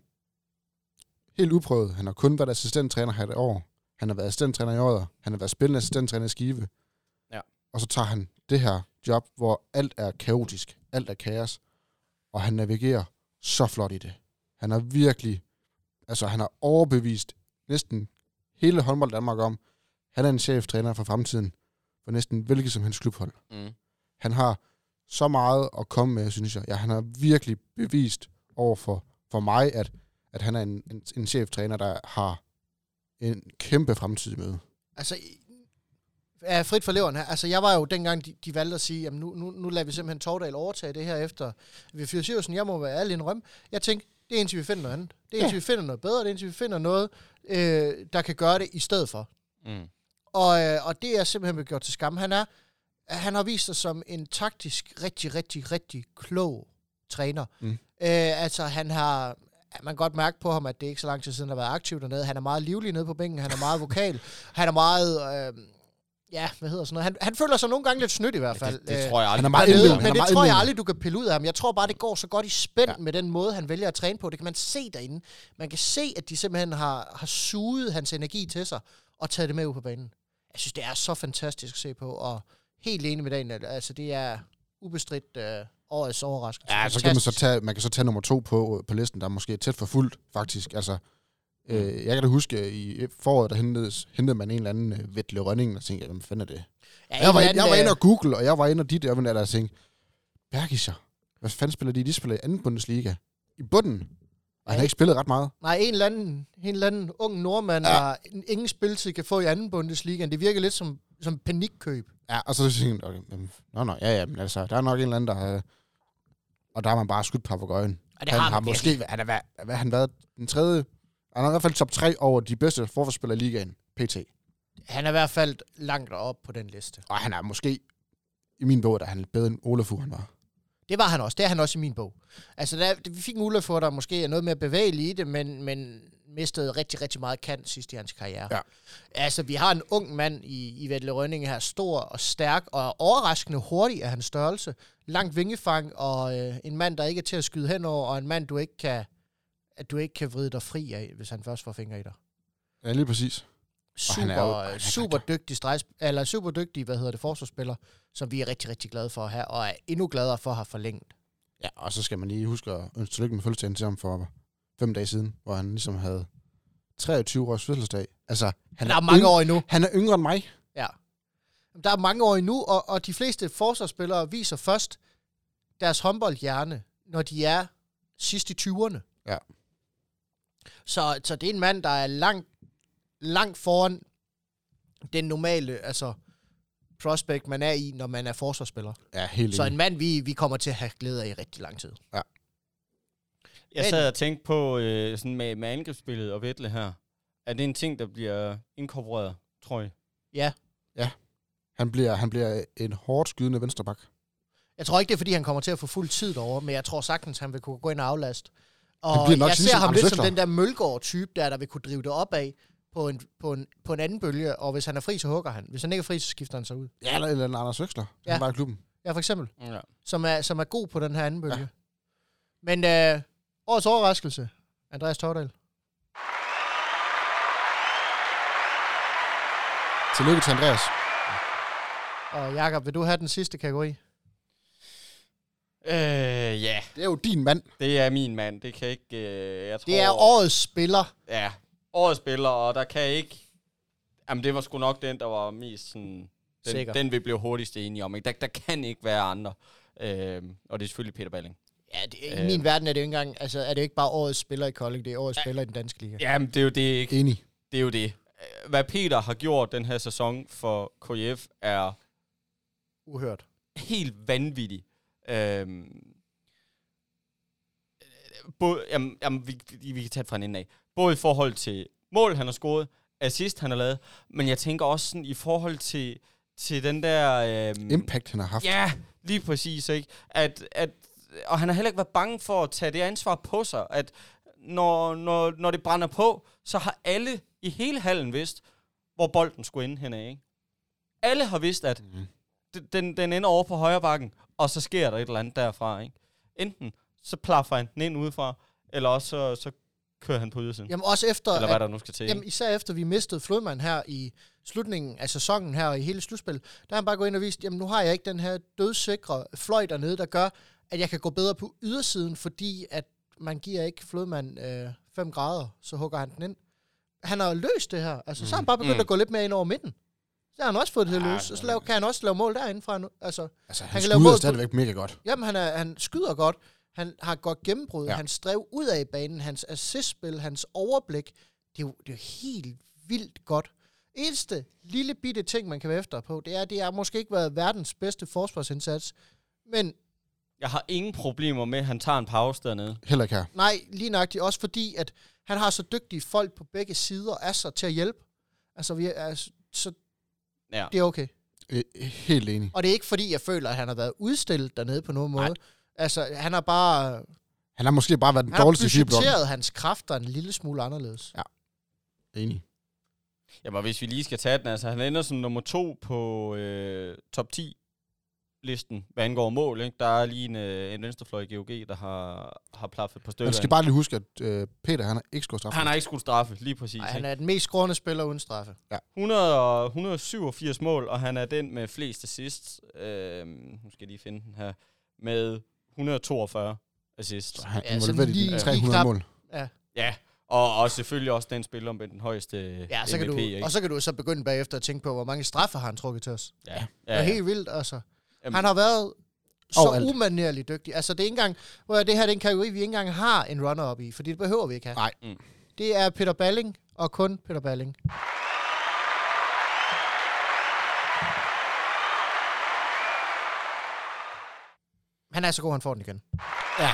helt uprøvet. Han har kun været assistenttræner her et år. Han har været assistenttræner i år. Han har været spillende assistenttræner i Skive. Ja. Og så tager han det her job, hvor alt er kaotisk. Alt er kaos. Og han navigerer så flot i det. Han har virkelig, altså han har overbevist næsten hele håndbold Danmark om, han er en cheftræner for fremtiden, for næsten hvilket som helst klubhold. Mm. Han har så meget at komme med, synes jeg. Ja, han har virkelig bevist over for, for mig, at, at han er en, en, en cheftræner, der har en kæmpe fremtid med. Altså, er frit for leveren her. Altså, jeg var jo dengang, de, de valgte at sige, jamen nu, nu, nu lader vi simpelthen Tovdal overtage det her efter vi fyrer Siversen. Jeg må være ærlig indrømme. Jeg tænkte, det er indtil vi finder noget andet. Det er indtil ja. vi finder noget bedre. Det er indtil vi finder noget, øh, der kan gøre det i stedet for. Mm. Og, øh, og det er simpelthen blevet gjort til skam. Han er, han har vist sig som en taktisk rigtig, rigtig, rigtig klog træner. Mm. Øh, altså, han har... Man kan godt mærke på ham, at det ikke så lang tid siden har været aktiv dernede. Han er meget livlig nede på bænken. Han er meget vokal. Han er meget... Øh, ja, hvad hedder sådan noget? Han, han føler sig nogle gange lidt snydt i hvert fald. Ja, det, det tror jeg aldrig. Han er meget indlevende. Men det tror indlevende. jeg aldrig, du kan pille ud af ham. Jeg tror bare, det går så godt i spænd ja. med den måde, han vælger at træne på. Det kan man se derinde. Man kan se, at de simpelthen har, har suget hans energi til sig og taget det med ud på banen. Jeg synes, det er så fantastisk at se på, og helt enig med dagen. Altså, det er ubestridt øh, årets overraskelse. Ja, så kan man så tage, man kan så tage nummer to på, på listen, der er måske tæt for fuldt, faktisk. Altså, mm. øh, jeg kan da huske, i foråret, der hentede, hentede man en eller anden øh, Vettle Rønning, og tænkte, hvad fanden er det? Ja, jeg, var, anden, jeg var inde og Google, og jeg var inde og de der, der, der tænkte, Bergischer, hvad fanden spiller de? De spiller i anden Bundesliga. I bunden. Og han har ikke spillet ret meget. Nej, en eller anden, en eller anden ung nordmand, ja. der ingen spiltid kan få i anden Bundesliga. Det virker lidt som, som panikkøb. Ja, og så siger han, okay, nå, nå, ja, ja, men altså, der er nok en eller anden, der har... Og der har man bare skudt papegøjen. Han har, har måske... Han har været, hvad, han været den tredje... Han er i hvert fald top tre over de bedste forsvarsspillere i ligaen, P T. Han er i hvert fald langt op på den liste. Og han er måske... I min bog, der er han bedre end Olafur, han var. Det var han også. Det er han også i min bog. Altså, der, vi fik en Olafur, der måske er noget mere bevægelig i det, men, men mistede rigtig, rigtig meget kant sidst i hans karriere. Ja. Altså, vi har en ung mand i, i Vetle Rønninge her, stor og stærk, og overraskende hurtig af hans størrelse. Langt vingefang, og øh, en mand, der ikke er til at skyde henover, og en mand, du ikke kan, at du ikke kan vride dig fri af, hvis han først får fingre i dig. Ja, lige præcis. Super, jo, super dygtig strejs, eller super dygtig, hvad hedder det, forsvarsspiller, som vi er rigtig, rigtig glade for her, og er endnu gladere for at have forlænget. Ja, og så skal man lige huske at ønske tillykke med fødselsdagen til ham for fem dage siden, hvor han ligesom havde treogtyve års fødselsdag. Altså, han der er, er mange yng- år endnu. Han er yngre end mig. Ja. Der er mange år endnu, og, og de fleste forsvarsspillere viser først deres håndboldhjerne, når de er sidst i tyverne. Ja. Så, så det er en mand, der er langt, langt foran den normale, altså prospect, man er i, når man er forsvarsspiller. Ja, helt Så en mand, vi, vi kommer til at have glæde af i rigtig lang tid. Ja. Jeg sad og tænkte på, øh, sådan med, med angrebsspillet og Vetle her. Er det en ting, der bliver inkorporeret, tror jeg? Ja. Ja. Han bliver, han bliver en hårdt skydende venstreback. Jeg tror ikke, det er, fordi han kommer til at få fuld tid derovre, men jeg tror sagtens, han vil kunne gå ind og aflaste. Og nok jeg ser ligesom ham lidt som den der Mølgaard-type, der, der vil kunne drive det op af på en, på, en, på en anden bølge, og hvis han er fri, så hugger han. Hvis han ikke er fri, så skifter han sig ud. Ja, eller, eller Anders Øksler, ja. Han var i klubben. Ja, for eksempel. Ja. Som, er, som er god på den her anden bølge. Ja. Men øh, årets overraskelse, Andreas Tordal. Tillykke til Andreas. Og Jakob, vil du have den sidste kategori? Øh, ja. Yeah. Det er jo din mand. Det er min mand. Det kan ikke... Øh, jeg tror, det er årets spiller. Ja, årets spiller, og der kan ikke... Jamen, det var sgu nok den, der var mest sådan... Den, den vi blev hurtigst enige om. Ikke? Der, der kan ikke være andre. Øh, og det er selvfølgelig Peter Balling. Ja, det, i øh, min verden er det jo ikke engang... Altså, er det ikke bare årets spiller i Kolding, det er årets ja, spiller i den danske liga. Jamen, det er jo det ikke. Enig. Det er jo det. Hvad Peter har gjort den her sæson for K F er... Uhørt. Helt vanvittigt. Øhm, både, jamen, jamen, vi, vi kan tage det fra en ende af. Både i forhold til mål, han har scoret, assist, han har lavet, men jeg tænker også sådan i forhold til, til den der... Øhm, impact, han har haft. Ja, lige præcis, ikke? At, at, og han har heller ikke været bange for at tage det ansvar på sig, at når, når, når det brænder på, så har alle i hele hallen vidst, hvor bolden skulle ende henad, ikke? Alle har vidst, at mm. den, den ender over på højre bakken, og så sker der et eller andet derfra, ikke? Enten så plaffer han den ind udefra, eller også så, så kører han på ydersiden. Jamen også efter... Eller hvad der nu skal til. Jamen især efter vi mistede Flodman her i slutningen af sæsonen her, og i hele slutspil, der har han bare gået ind og vist, jamen nu har jeg ikke den her dødssikre fløj dernede, der gør, at jeg kan gå bedre på ydersiden, fordi at man giver ikke Flodman øh, fem grader, så hugger han den ind. Han har løst det her. Altså, mm. så har han bare begyndt mm. at gå lidt mere ind over midten. Så har han også fået det til at løse. Og så lave, kan han også lave mål derindefra nu. Altså, altså han, han kan skyder stadigvæk mega godt. Jamen, han, er, han skyder godt. Han har godt gennembrud. Ja. Han strev ud af banen. Hans assistspil, hans overblik. Det er jo, det er jo helt vildt godt. Eneste lille bitte ting, man kan være efter på, det er, at det har måske ikke været verdens bedste forsvarsindsats. Men... Jeg har ingen problemer med, at han tager en pause dernede. Heller ikke her. Nej, lige nøjagtigt. Også fordi, at han har så dygtige folk på begge sider af sig til at hjælpe. Altså, vi er, så ja. Det er okay. E- helt enig. Og det er ikke fordi, jeg føler, at han har været udstillet dernede på nogen måde. Nej. Altså, han har bare... Han har måske bare været den dårligste fibrock. Han har budgetteret hans kræfter en lille smule anderledes. Ja. Enig. Jamen, hvis vi lige skal tage den, altså han ender som nummer to på øh, top ti listen, hvad angår mål, ikke? Der er lige en, øh, en venstrefløj i G O G, der har, har plaffet på stykker. Man skal bare lige huske, at øh, Peter, han har ikke skudt straffe. Han har ikke skudt straffe, lige præcis. Nej, han er den mest scorende spiller uden straffe. Ja. hundrede og, et hundrede og syvogfirs mål, og han er den med flest assist. Øh, nu skal jeg lige finde den her. Med et hundrede og toogfyrre assist. Så han ja, involveret i de tre hundrede mål. Ja. Ja. Og, og selvfølgelig også den spiller med den højeste ja, så M V P. Kan du, ikke? og så kan du så begynde bagefter at tænke på, hvor mange straffer har han trukket til os. Ja. Ja, det er ja. helt vildt, altså. Jamen. Han har været så umanerligt dygtig. Altså, det er ikke engang, hvor det her det er en kategori, vi ikke engang har en runner-up i, fordi det behøver vi ikke have. Nej. Mm. Det er Peter Balling, og kun Peter Balling. Han er så god, han får den igen. Ja.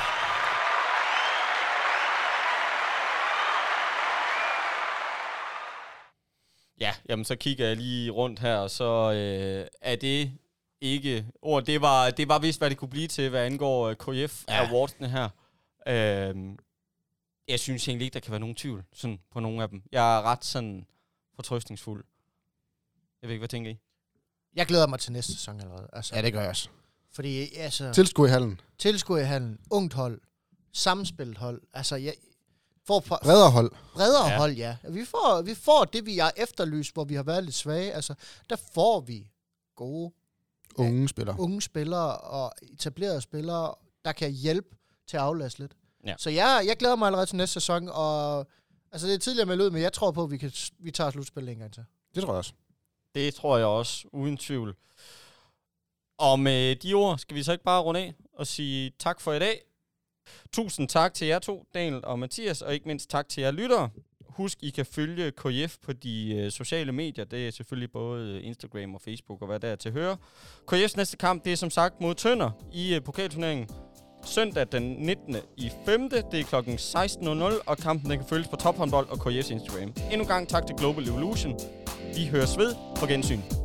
Ja, jamen så kigger jeg lige rundt her, og så øh, er det ikke ord. Det var, det var vist, hvad det kunne blive til, hvad angår K F ja. Awards'ene her. Øh, jeg synes egentlig ikke, der kan være nogen tvivl sådan, på nogle af dem. Jeg er ret sådan fortrøstningsfuld. Jeg ved ikke, hvad tænker I? Jeg glæder mig til næste sæson allerede. Altså, ja, det gør jeg også. Fordi, altså... Tilskuer i hallen. Tilskuer i hallen. Ungt hold. Samspillet hold. Altså, jeg... For bredere hold. Bredere ja. hold, ja. Vi får, vi får det, vi har efterlyst, hvor vi har været lidt svage. Altså, der får vi gode... Unge spillere. Unge spillere og etablerede spillere, der kan hjælpe til at aflaste lidt. Ja. Så jeg, jeg glæder mig allerede til næste sæson, og... Altså, det er tidligere med ud, men jeg tror på, at vi, kan, vi tager slutspillet en gang til. Det tror jeg også. Det tror jeg også, uden tvivl. Og med de ord skal vi så ikke bare runde af og sige tak for i dag. Tusind tak til jer to, Daniel og Mathias, og ikke mindst tak til jer lyttere. Husk, I kan følge K F på de øh, sociale medier. Det er selvfølgelig både Instagram og Facebook og hvad der er til at høre. K F's næste kamp, det er som sagt mod Tønder i øh, pokalturneringen. Søndag den nittende i femte Det er klokken seksten nul nul, og kampen den kan følges på Top Håndbold og K F's Instagram. Endnu en gang tak til Global Evolution. Vi høres ved på gensyn.